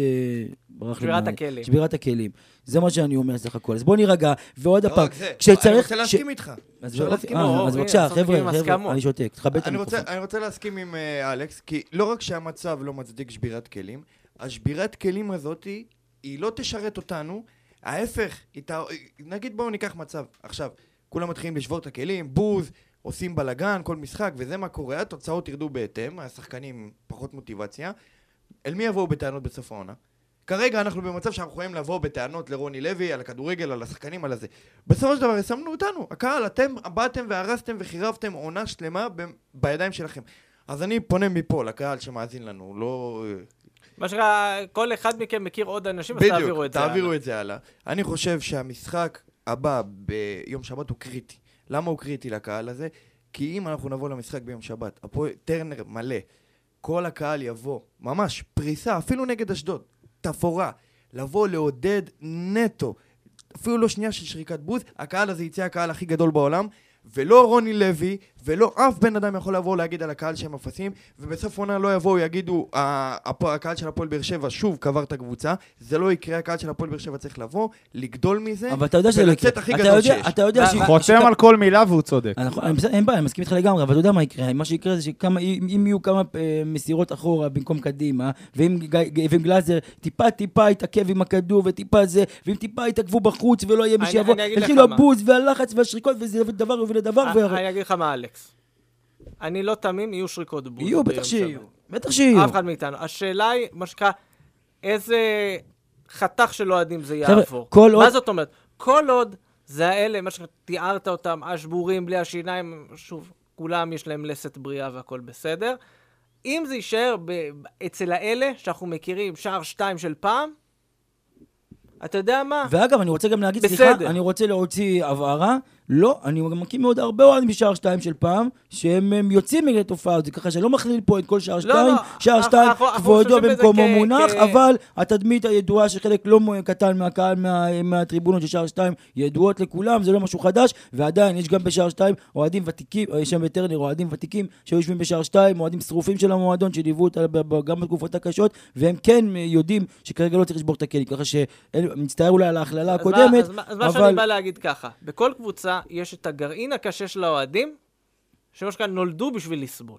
שבירת הכלים. שבירת הכלים. זה מה שאני אומר סך הכל. אז בוא נירגע, ועוד הפעם, כשצריך... אני רוצה להסכים איתך. אז בבקשה, חבר'ה, חבר'ה, אני שותק. תכבד את המיקרופון. אני רוצה להסכים עם אלכס, כי לא רק שהמצב לא מצדיק שבירת כלים, השבירת כלים הזאת היא לא תשרת אותנו, ההפך, תה... נגיד בואו ניקח מצב, עכשיו, כולם מתחילים לשבור את הכלים, בוז, עושים בלגן, כל משחק, וזה מה קורה, התוצאות ירדו בהתאם, השחקנים פחות מוטיבציה, אל מי יבואו בטענות בסוף העונה? כרגע אנחנו במצב שאנחנו יכולים לבוא בטענות לרוני לוי, על הכדורגל, על השחקנים, על הזה. בסופו של דבר, יסמנו אותנו, הקהל, אתם באתם והרסתם וחירבתם עונה שלמה ב... בידיים שלכם. אז אני פונה מפה לקהל שמאזין לנו, לא... מה שקרה, כל אחד מכם מכיר עוד אנשים, אז תעבירו את זה הלאה. תעבירו את זה הלאה. אני חושב שהמשחק הבא ביום שבת הוא קריטי. למה הוא קריטי לקהל הזה? כי אם אנחנו נבוא למשחק ביום שבת, הפועל טרנר מלא, כל הקהל יבוא, ממש פריסה, אפילו נגד אשדוד, תפורה, לבוא לעודד נטו, אפילו לא שנייה של שריקת בוז, הקהל הזה יצא הקהל הכי גדול בעולם, ולא רוני לוי, ולא אף בן אדם יכול לבוא להגיד על הקהל שהם אפסים, ובסוף עונה לא יבואו, יגידו, הקהל של הפועל באר שבע שוב קבר את הקבוצה, זה לא יקרה, הקהל של הפועל באר שבע צריך לבוא, לגדול מזה, ולצאת הכי גדול שיש. חותם על כל מילה והוא צודק. אין בעיה, אני מסכים איתך לגמרי, אבל אתה יודע מה יקרה? מה שיקרה זה שאם יהיו כמה מסירות אחורה במקום קדימה, ואם גלאזר טיפה טיפה יתעכב עם הכדור וטיפה זה, ואם טיפה יתעכבו בחוץ ולא יהיה מי שיבוא, התחילו הבוז והלחץ והשריקות וזה דבר יוביל לדבר. אני אגיד לך מה, אלכס. אני לא תמים, יהיו שריקות בוז. יהיו, בטח שיהיו. בטח שיהיו. אף אחד מאיתנו. השאלה היא, מה שקרה, איזה חתך של אוהדים זה יעבור. מה זאת אומרת? כל עוד זה האלה, מה שתיארת אותם, השבורים בלי השיניים, שוב, כולם יש להם לסת בריאה והכל בסדר. אם זה יישאר אצל האלה שאנחנו מכירים, שער שתיים של פעם, אתה יודע מה? ואגב, אני רוצה גם להגיד, סליחה, אני רוצה להוציא הבהרה, לא, אני גם מכיר מאוד הרבה אוהדים בשער שתיים של פעם, שהם יוצאים מגלל תופעה הזאת, ככה שלא מכליל פה את כל שער שתיים, שער שתיים כבודו במקומו מונח, אבל התדמית הידועה שחלק לא קטן מהקהל, מהטריבונות של שער שתיים, ידועות לכולם, זה לא משהו חדש, ועדיין יש גם בשער שתיים אוהדים ותיקים, יש שם בטרנר אוהדים ותיקים שיושבים בשער שתיים, אוהדים שרופים של המועדון, שליוו אותה גם בתקופות הקשות, והם כן יודעים שכרגע לא צריך לשבור את הכלים, ככה שמצטער אולי על ההכללה הקודמת, אז מה שאני בא להגיד ככה, בכל קבוצה יש את הגרעין הקשה של האוהדים, שמש כאן נולדו בשביל לסבול.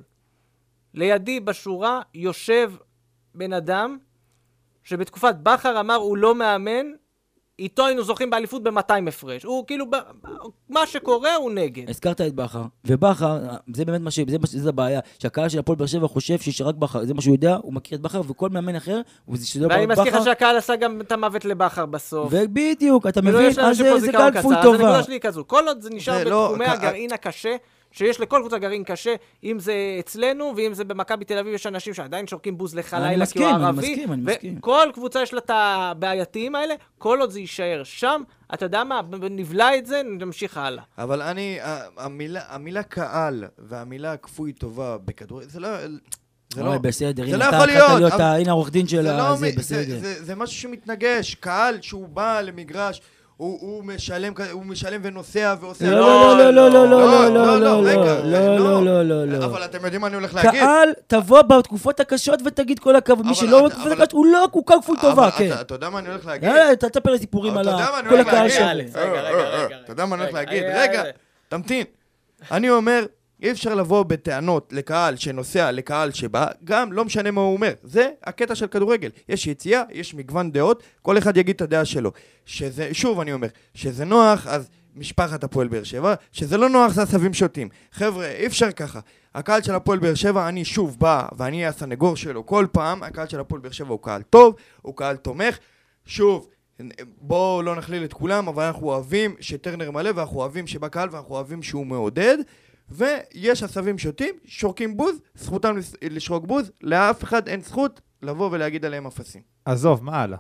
לידי בשורה יושב בן אדם, שבתקופת בחר אמר הוא לא מאמן, איתו היינו זוכים באליפות ב-מאתיים הפרש. הוא כאילו, מה שקורה הוא נגד. הזכרת את בחר, ובחר, זה באמת מה ש... זה, זה הבעיה, שהקהל של הפועל באר שבע חושב שיש רק בחר, זה מה שהוא יודע, הוא מכיר את בחר, וכל מאמן אחר, ואני מזכיר לך שהקהל עשה גם את המוות לבחר בסוף. ובדיוק, אתה מבין, אז זה קהל כפוי טובה. אז הנקודה שלי כזו, כל עוד זה נשאר בתחומי הגרעין הקשה, שיש לכל קבוצה גרעין קשה, אם זה אצלנו, ואם זה במכבי תל אביב, יש אנשים שעדיין שורקים בוז לחלילה כי הוא ערבי, וכל קבוצה יש לה את הבעייתיים האלה, כל עוד זה יישאר שם, אתה יודע מה, נבלע את זה, נמשיך הלאה. אבל אני, המילה, המילה קהל, והמילה כפוי טובה בכדור, זה לא... זה לא בסדר, הנה אתה יכול להיות, הנה העורך דין שלה, זה בסדר. זה משהו שמתנגש, קהל שהוא בא למגרש, הוא משלם, הוא משלם ונוסע ועושה... לא, לא, לא, לא, לא, לא, לא, לא, לא, לא, לא, לא. אבל אתם יודעים מה אני הולך להגיד? קהל, תבוא בתקופות הקשות ותגיד כל הכבוד. מי שלא בתקופות הקשות, הוא לא, הוא קהל כפוי טובה, כן. אתה יודע מה אני הולך להגיד? אתה תספר לי סיפורים על כל הקהל שלו. אתה יודע מה אני הולך להגיד? רגע, תמתין. אני אומר... אי אפשר לבוא בטענות לקהל שנוסע, לקהל שבא, גם לא משנה מה הוא אומר. זה הקטע של כדורגל. יש יציאה, יש מגוון דעות, כל אחד יגיד את הדעה שלו. שזה, שוב אני אומר, שזה נוח, אז משפחת הפועל באר שבע, שזה לא נוח, זה עשבים שוטים. חבר'ה, אי אפשר ככה. הקהל של הפועל באר שבע, אני שוב בא, ואני אהיה הסנגור שלו כל פעם, הקהל של הפועל באר שבע הוא קהל טוב, הוא קהל תומך. שוב, בואו לא נכליל את כולם, אבל אנחנו אוהבים שטרנר מלא, ואנחנו אוהבים שבא קהל, ואנחנו אוהבים שהוא מעודד. ויש עשבים שוטים, שורקים בוז, זכותם לשרוק בוז, לאף אחד אין זכות לבוא ולהגיד עליהם אפסים. עזוב, מה הלאה?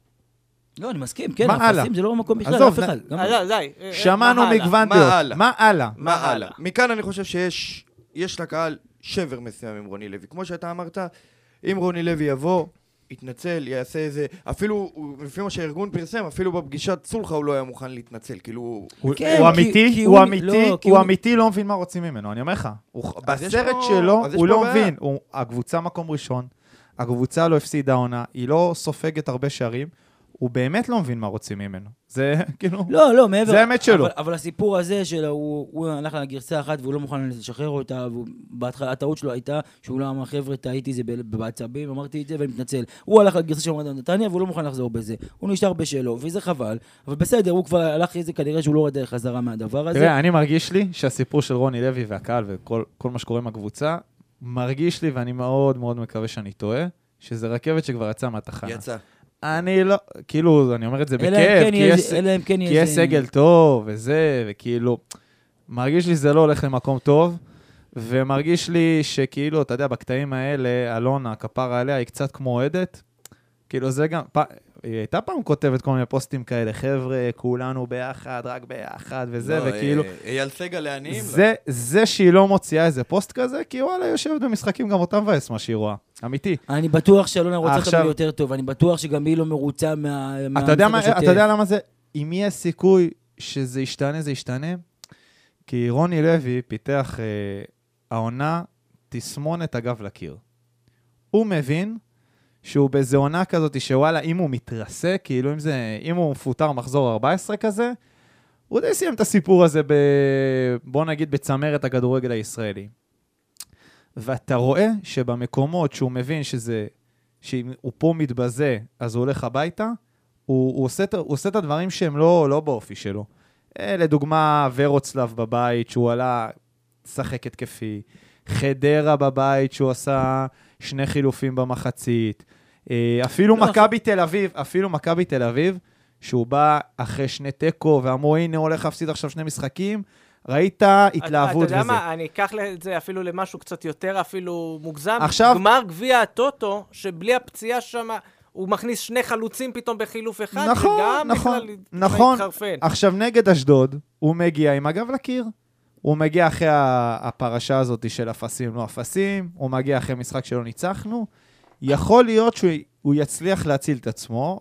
לא, אני מסכים, כן, אפסים זה לא מקום בכלל, אף אחד. שמענו מגוון דעות. מה הלאה? מה הלאה? מכאן אני חושב שיש לקהל שבר מסוים עם רוני לוי. כמו שאתה אמרת, אם רוני לוי יבוא, יתנצל, יעשה איזה, אפילו, לפי מה שהארגון פרסם, אפילו בפגישת סולחה הוא לא היה מוכן להתנצל, כאילו... הוא אמיתי, הוא אמיתי, הוא אמיתי, לא מבין מה רוצים ממנו, אני אומר לך. בסרט שלו, הוא לא מבין, הקבוצה מקום ראשון, הקבוצה לא הפסידה עונה, היא לא סופגת הרבה שערים, הוא באמת לא מבין מה רוצים ממנו. זה כאילו... לא, לא, מעבר... זה האמת שלו. אבל הסיפור הזה שלו, הוא הלך לגרסה אחת והוא לא מוכן לשחרר אותה, ובהתחלה הטעות שלו הייתה שהוא לא אמר, חבר'ה, טעיתי זה בעצבים, אמרתי את זה ואני מתנצל. הוא הלך לגרסה של מועדון נתניה והוא לא מוכן לחזור בזה. הוא נשאר בשלו, וזה חבל. אבל בסדר, הוא כבר הלך איזה, כנראה שהוא לא רואה דרך חזרה מהדבר הזה. תראה, אני מרגיש לי שהסיפור של רוני לוי והקהל וכל כל מה שקורה עם הקבוצה, מרגיש לי, ואני מאוד מאוד מקווה שאני טועה, שזה רכבת שכבר יצא מהתחנה. יצא. אני לא, כאילו, אני אומר את זה בכיף, כי יש סגל טוב וזה, וכאילו, מרגיש לי שזה לא הולך למקום טוב, ומרגיש לי שכאילו, אתה יודע, בקטעים האלה, אלונה, הכפרה עליה, היא קצת כמו אוהדת, כאילו זה גם, היא הייתה פעם כותבת כל מיני פוסטים כאלה, חבר'ה, כולנו ביחד, רק ביחד, וזה, וכאילו... אייל סגל לעניים? זה שהיא לא מוציאה איזה פוסט כזה, כי וואלה, יושבת במשחקים גם אותם מבאס מה שהיא רואה. אמיתי. אני בטוח שאלונה רוצה עכשיו יותר טוב, אני בטוח שגם היא לא מרוצה מה... אתה יודע למה זה? אם יש סיכוי שזה ישתנה, זה ישתנה, כי רוני לוי פיתח אה, העונה תסמונת הגב לקיר. הוא מבין שהוא באיזו עונה כזאת שוואלה, אם הוא מתרסק, כאילו אם, זה, אם הוא מפוטר מחזור ארבע עשרה כזה, הוא די סיים את הסיפור הזה, ב, בוא נגיד, בצמרת הכדורגל הישראלי. ואתה רואה שבמקומות שהוא מבין שזה, שאם הוא פה מתבזה, אז הוא הולך הביתה, הוא, הוא, עושה, הוא עושה את הדברים שהם לא, לא באופי שלו. לדוגמה, ורוצלב בבית, שהוא עלה שחק התקפי, חדרה בבית, שהוא עשה שני חילופים במחצית, אפילו מכבי תל אביב, אפילו מכבי תל אביב, שהוא בא אחרי שני טקו, ואמרו, הנה הולך להפסיד עכשיו שני משחקים, ראית התלהבות וזה. אתה יודע מה, אני אקח את זה אפילו למשהו קצת יותר, אפילו מוגזם. עכשיו... גמר גביע הטוטו, שבלי הפציעה שם, הוא מכניס שני חלוצים פתאום בחילוף אחד, נכון, וגם נכון, בכלל נכון. להתחרפן. עכשיו נגד אשדוד, הוא מגיע עם הגב לקיר. הוא מגיע אחרי הפרשה הזאת של אפסים, לא אפסים, הוא מגיע אחרי משחק שלא ניצחנו. יכול להיות שהוא יצליח להציל את עצמו,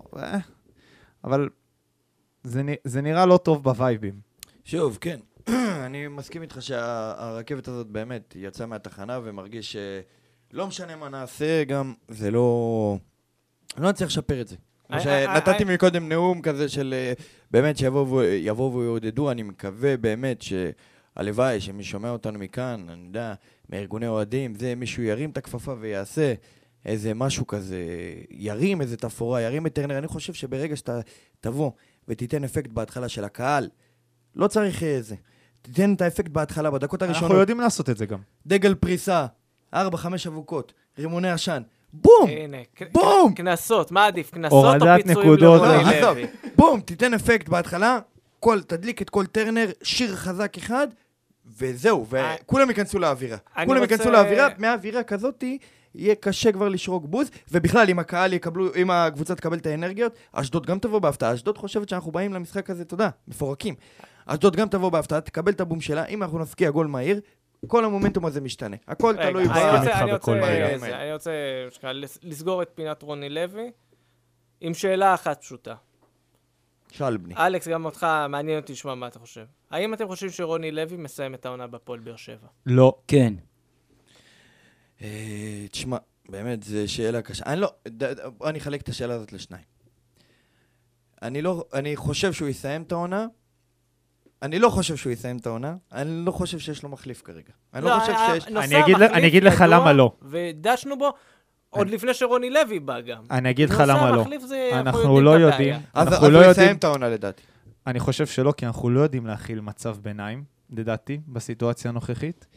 אבל זה, זה נראה לא טוב בווייבים. שוב, כן. אני מסכים איתך שהרכבת הזאת באמת יצאה מהתחנה ומרגיש שלא משנה מה נעשה, גם זה לא... אני לא נצליח לשפר את זה. כמו שנתתי מקודם נאום כזה של באמת שיבואו ויעודדו, אני מקווה באמת שהלוואי שמי שומע אותנו מכאן, אני יודע, מארגוני אוהדים, זה מישהו ירים את הכפפה ויעשה איזה משהו כזה, ירים איזה תפורה, ירים את טרנר. אני חושב שברגע שאתה תבוא ותיתן אפקט בהתחלה של הקהל, לא צריך איזה. תיתן את האפקט בהתחלה, בדקות הראשונות. אנחנו יודעים לעשות את זה גם. דגל פריסה, ארבע, חמש אבוקות, רימוני עשן, בום! הנה, בום! כנסות, מה עדיף? כנסות או פיצויים נקודות, לרוני לוי? בום! תיתן אפקט בהתחלה, כל, תדליק את כל טרנר, שיר חזק אחד, וזהו, וכולם ייכנסו לאווירה. כולם ייכנסו לאווירה, מהאווירה כזאת יהיה קשה כבר לשרוק בוז, ובכלל אם הקהל יקבלו, אם הקבוצה תקבל את האנרגיות, אשדוד גם תבוא בהפתעה. אשדוד חושבת שאנחנו באים למשחק הזה, תודה, מפורקים. אשדוד גם תבוא בהפתעה, תקבל את הבום שלה, אם אנחנו נפקיע גול מהיר, כל המומנטום הזה משתנה. הכל תלוי בה. אני רוצה לסגור את פינת רוני לוי עם שאלה אחת פשוטה. שאל בני. אלכס, גם אותך מעניין אותי לשמוע מה אתה חושב. האם אתם חושבים שרוני לוי מסיים את העונה בפועל באר שבע? לא. כן. תשמע, באמת, זו שאלה קשה. אני לא, אני אחלק את השאלה הזאת לשניים. אני לא, אני חושב שהוא יסיים את העונה, אני לא חושב שהוא יסיים את העונה, אני לא חושב שיש לו מחליף כרגע. אני לא חושב שיש... אני אגיד לך למה לא. ודשנו בו עוד לפני שרוני לוי בא גם. אני אגיד לך למה לא. אנחנו אנחנו לא יודעים. אז הוא יסיים את העונה לדעתי. אני חושב שלא, כי אנחנו לא יודעים להכיל מצב ביניים, לדעתי, בסיטואציה הנוכחית.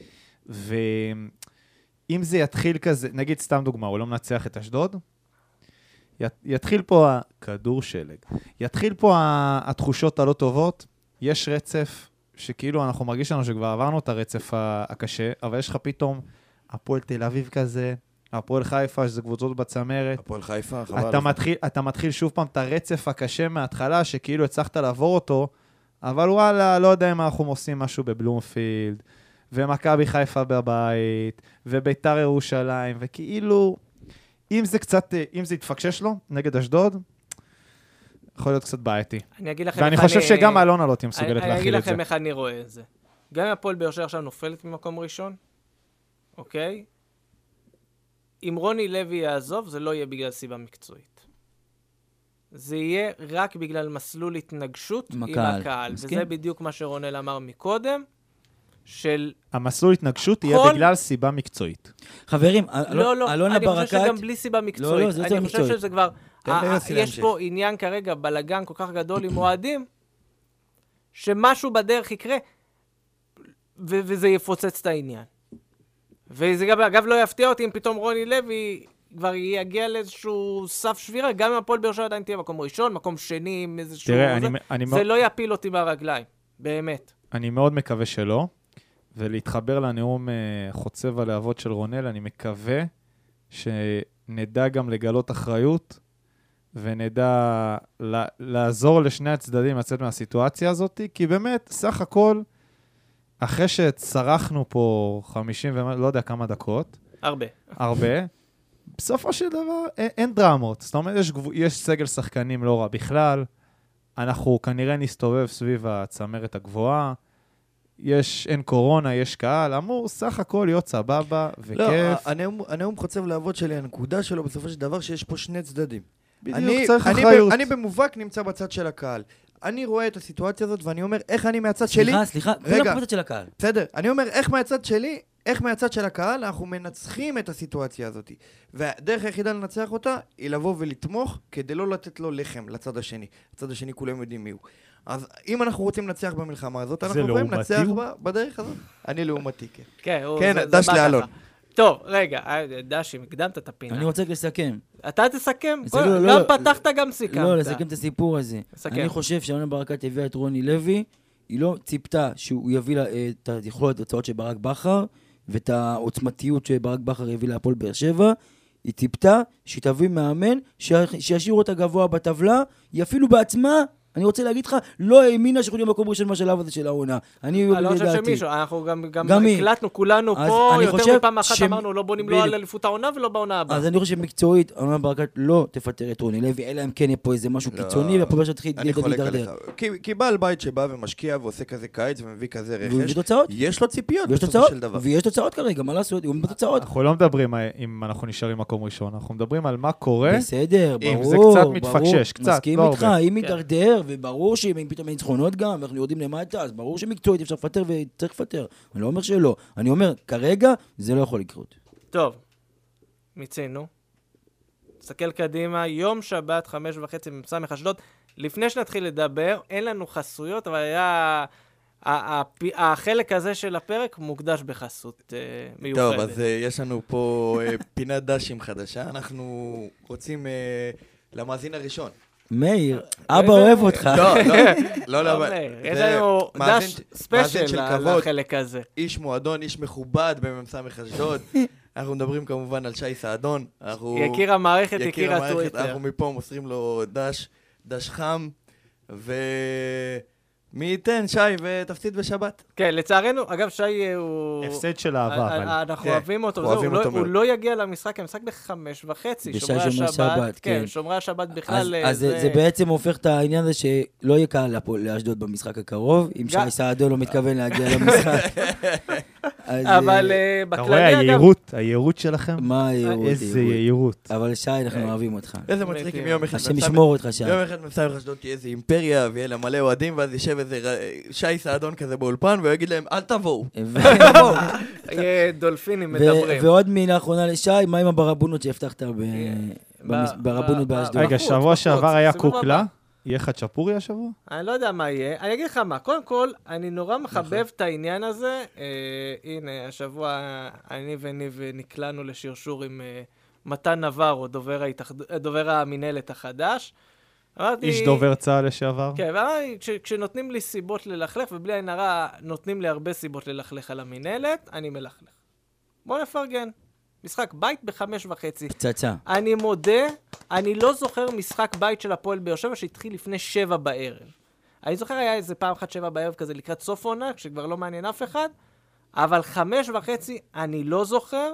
ואם זה יתחיל כזה, נגיד סתם דוגמה, הוא לא מנצח את אשדוד, יתחיל פה הכדור שלג. יתחיל פה התחושות הלא טובות, יש רצף שכאילו אנחנו מרגיש לנו שכבר עברנו את הרצף הקשה, אבל יש לך פתאום הפועל תל אביב כזה, הפועל חיפה, שזה קבוצות בצמרת. הפועל חיפה, חבל. אתה מתחיל, אתה מתחיל שוב פעם את הרצף הקשה מההתחלה, שכאילו הצלחת לעבור אותו, אבל וואלה, לא יודע אם אנחנו עושים משהו בבלומפילד, ומכבי חיפה בבית, וביתר ירושלים, וכאילו, אם זה קצת, אם זה יתפקשש לו, נגד אשדוד, יכול להיות קצת בעייתי. ואני חושב שגם אלונה לא תהיה מסוגלת להכיל את זה. אני אגיד לכם איך אני רואה את זה. גם אם הפועל באר שבע עכשיו נופלת ממקום ראשון, אוקיי? אם רוני לוי יעזוב, זה לא יהיה בגלל סיבה מקצועית. זה יהיה רק בגלל מסלול התנגשות עם הקהל. וזה בדיוק מה שרונל אמר מקודם, של... המסלול התנגשות יהיה בגלל סיבה מקצועית. חברים, לא, לא, אלונה ברקת... אני חושב שגם בלי סיבה מקצועית. לא, לא, זה יותר מקצועית. אני חושב שזה כבר... יש פה עניין כרגע, בלגן כל כך גדול עם מועדים, שמשהו בדרך יקרה, וזה יפוצץ את העניין. וזה גם, אגב, לא יפתיע אותי אם פתאום רוני לוי כבר יגיע לאיזשהו סף שבירה, גם אם הפועל באר שבע עדיין תהיה מקום ראשון, מקום שני, עם איזשהו... תראה, זה, אני, אני זה מאוד... לא יפיל אותי מהרגליים, באמת. אני מאוד מקווה שלא, ולהתחבר לנאום חוצב הלהבות של רונל, אני מקווה שנדע גם לגלות אחריות, ונדע לעזור לשני הצדדים לצאת מהסיטואציה הזאת, כי באמת, סך הכל, אחרי שצרחנו פה חמישים ולא יודע כמה דקות, הרבה. הרבה, בסופו של דבר אין, אין דרמות. זאת אומרת, יש, יש סגל שחקנים לא רע בכלל, אנחנו כנראה נסתובב סביב הצמרת הגבוהה, יש, אין קורונה, יש קהל, אמור סך הכל להיות סבבה וכיף. לא, הנאום, הנאום חוצב לעבוד שלי, הנקודה שלו בסופו של דבר שיש פה שני צדדים. בדיוק, אני, צריך אני אחריות. ב, אני במובהק נמצא בצד של הקהל. אני רואה את הסיטואציה הזאת ואני אומר, איך אני מהצד שלי... סליחה, סליחה, כולם בצד של הקהל. בסדר, אני אומר, איך מהצד שלי, איך מהצד של הקהל אנחנו מנצחים את הסיטואציה הזאת. והדרך היחידה לנצח אותה היא לבוא ולתמוך כדי לא לתת לו לחם לצד השני. הצד השני כולם יודעים מי הוא. אז אם אנחנו רוצים לנצח במלחמה הזאת, אנחנו יכולים לנצח בדרך הזאת. אני לעומתי, כן. כן, כן, דש לאלון. טוב, רגע, דשי, הקדמת את הפינה. אני רוצה לסכם. אתה תסכם? גם פתחת, גם סיכמת. לא, לסכם את הסיפור הזה. סכם. אני חושב שאלונה ברקת הביאה את רוני לוי, היא לא ציפתה שהוא יביא לה את היכולת התוצאות של ברק בכר, ואת העוצמתיות שברק בכר הביא להפועל באר שבע, היא ציפתה שתביא מאמן, שישאירו אותה גבוה בטבלה, היא אפילו בעצמה, אני רוצה להגיד לך, לא האמינה שיכולים במקום ראשון בשלב הזה של העונה. אני לא חושב שמישהו, אנחנו גם הקלטנו כולנו פה, יותר מפעם אחת אמרנו, לא בונים לא על אליפות העונה ולא בעונה הבאה. אז אני חושב שמקצועית, אלונה ברקת לא תפטר את רוני לוי, אלא אם כן יהיה פה איזה משהו קיצוני, והפועל שתחיל להידרדר. כי בעל בית שבא ומשקיע ועושה כזה קיץ ומביא כזה רכש, תוצאות. יש לו ציפיות בסופו של דבר. ויש תוצאות כרגע, מה לעשות? הוא בתוצאות. אנחנו לא מדברים אם אנחנו נשארים מקום ראשון, אנחנו מדברים על מה קורה. בסדר, אם זה ברור, קצת ברור. מתפקשש, קצת, מסכים לא איתך, הרבה. אם מתדרדר, וברור שאם פתאום ניצחונות גם, ואנחנו יודעים למטה, אז ברור שמקצועית אפשר לפטר וצריך לפטר. אני לא אומר שלא. אני אומר, כרגע זה לא יכול לקרות. טוב, מיצינו. תסתכל קדימה, יום שבת, חמש וחצי במסמך אשדוד. לפני שנתחיל לדבר, אין לנו חסויות, אבל היה... החלק הזה של הפרק מוקדש בחסות מיוחדת. טוב, אז יש לנו פה פינת דשים חדשה. אנחנו רוצים למאזין הראשון. מאיר, אבא אוהב אותך. לא, לא, לא. יש לנו דש ספיישל לחלק הזה. איש מועדון, איש מכובד במסמך אשדוד. אנחנו מדברים כמובן על שי סעדון. יקיר המערכת, יקיר הטוויטר. אנחנו מפה מוסרים לו דש, דש חם, ו... מי ייתן, שי, ותפסיד בשבת. כן, לצערנו, אגב, שי הוא... הפסד של אהבה, אבל... אנחנו אוהבים אותו, הוא לא יגיע למשחק, המשחק בחמש וחצי, שומרי השבת. כן, שומרי השבת בכלל... אז זה בעצם הופך את העניין הזה שלא יהיה קל לאשדוד במשחק הקרוב, אם שי סעדון לא מתכוון להגיע למשחק. אבל בכללי... אתה רואה, היעירות, היעירות שלכם? מה היעירות? איזה יעירות. אבל שי, אנחנו אוהבים אותך. איזה מצחיק אם יום אחד... השם ישמור אותך, שי. יום אחד מסמך אשדוד תהיה איזה אימפריה, ויהיה לה מלא אוהדים, ואז יישב איזה שי סעדון כזה באולפן, והוא יגיד להם, אל תבואו. דולפינים מדברים. ועוד מילה אחרונה לשי, מה עם הברבונות שהבטחת ברבונות באשדוד? רגע, שבוע שעבר היה קוקלה. יהיה חצ'פורי השבוע? אני לא יודע מה יהיה. אני אגיד לך מה, קודם כל, אני נורא מחבב את העניין הזה. הנה, השבוע אני וניב נקלענו לשרשור עם מתן נבר, דובר המנהלת החדש. איש דובר צה"ל לשעבר. כן, וכשנותנים לי סיבות ללכלך, ובלי עין הרע נותנים לי הרבה סיבות ללכלך על המנהלת, אני מלכלך. בוא נפרגן. משחק בית בחמש וחצי. פצצה. אני מודה, אני לא זוכר משחק בית של הפועל באר שבע שהתחיל לפני שבע בערב. אני זוכר היה איזה פעם אחת שבע בערב כזה לקראת סוף עונה, כשכבר לא מעניין אף אחד, אבל חמש וחצי אני לא זוכר.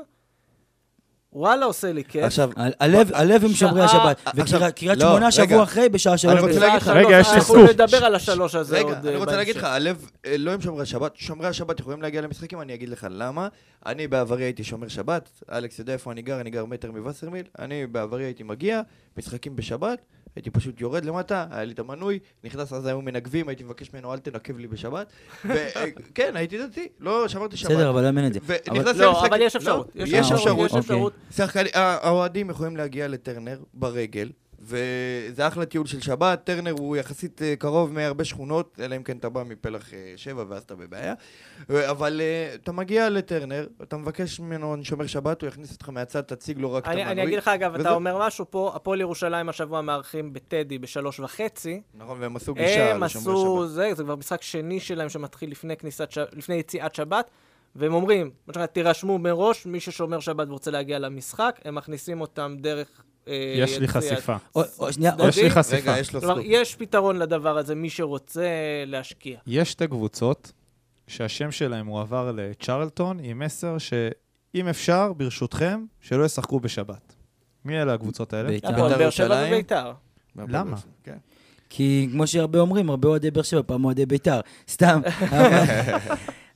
וואלה, עושה לי כיף. עכשיו, הלב עם שומרי השבת. וקריית שמונה שבוע אחרי בשעה שלוש. אני רוצה להגיד לך, רגע, יש לי סקופ. אנחנו נדבר על השלוש הזה עוד בהמשך. רגע, אני רוצה להגיד לך, הלב לא עם שומרי השבת. שומרי השבת יכולים להגיע למשחקים, אני אגיד לך למה. אני בעברי הייתי שומר שבת, אלכס יודע איפה אני גר, אני גר מטר מווסרמיל. אני בעברי הייתי מגיע, משחקים בשבת, הייתי פשוט יורד למטה, היה לי את המנוי, נכנס אז היו מנגבים, הייתי מבקש ממנו, אל תנקב לי בשבת. וכן, הייתי דתי, לא שמרתי שבת. בסדר, אבל לא אמין את זה. לא, אבל יש אפשרות. יש אפשרות. האוהדים יכולים להגיע לטרנר ברגל, וזה אחלה טיול של שבת. טרנר הוא יחסית קרוב מהרבה שכונות, אלא אם כן אתה בא מפלח שבע ואז אתה בבעיה. אבל אתה מגיע לטרנר, אתה מבקש ממנו שומר שבת, הוא יכניס אותך מהצד, תציג לו רק את המנוי. אני אגיד לך אגב, אתה אומר משהו פה, הפועל ירושלים השבוע מארחים בטדי בשלוש וחצי. נכון, והם עשו גישה לשומר שבת. הם עשו זה, זה כבר משחק שני שלהם שמתחיל לפני יציאת שבת. והם אומרים, תירשמו מראש, מי ששומר שבת ורוצה להגיע למשחק, הם מכניסים אותם דרך... יש לי חשיפה. יש לי חשיפה. כלומר, יש פתרון לדבר הזה, מי שרוצה להשקיע. יש שתי קבוצות שהשם שלהם הוא עבר לצ'רלטון, עם מסר שאם אפשר, ברשותכם, שלא ישחקו בשבת. מי אלה הקבוצות האלה? בית"ר. באר שבע ובית"ר. למה? כי כמו שהרבה אומרים, הרבה אוהדי באר שבע, פעם אוהדי בית"ר. סתם.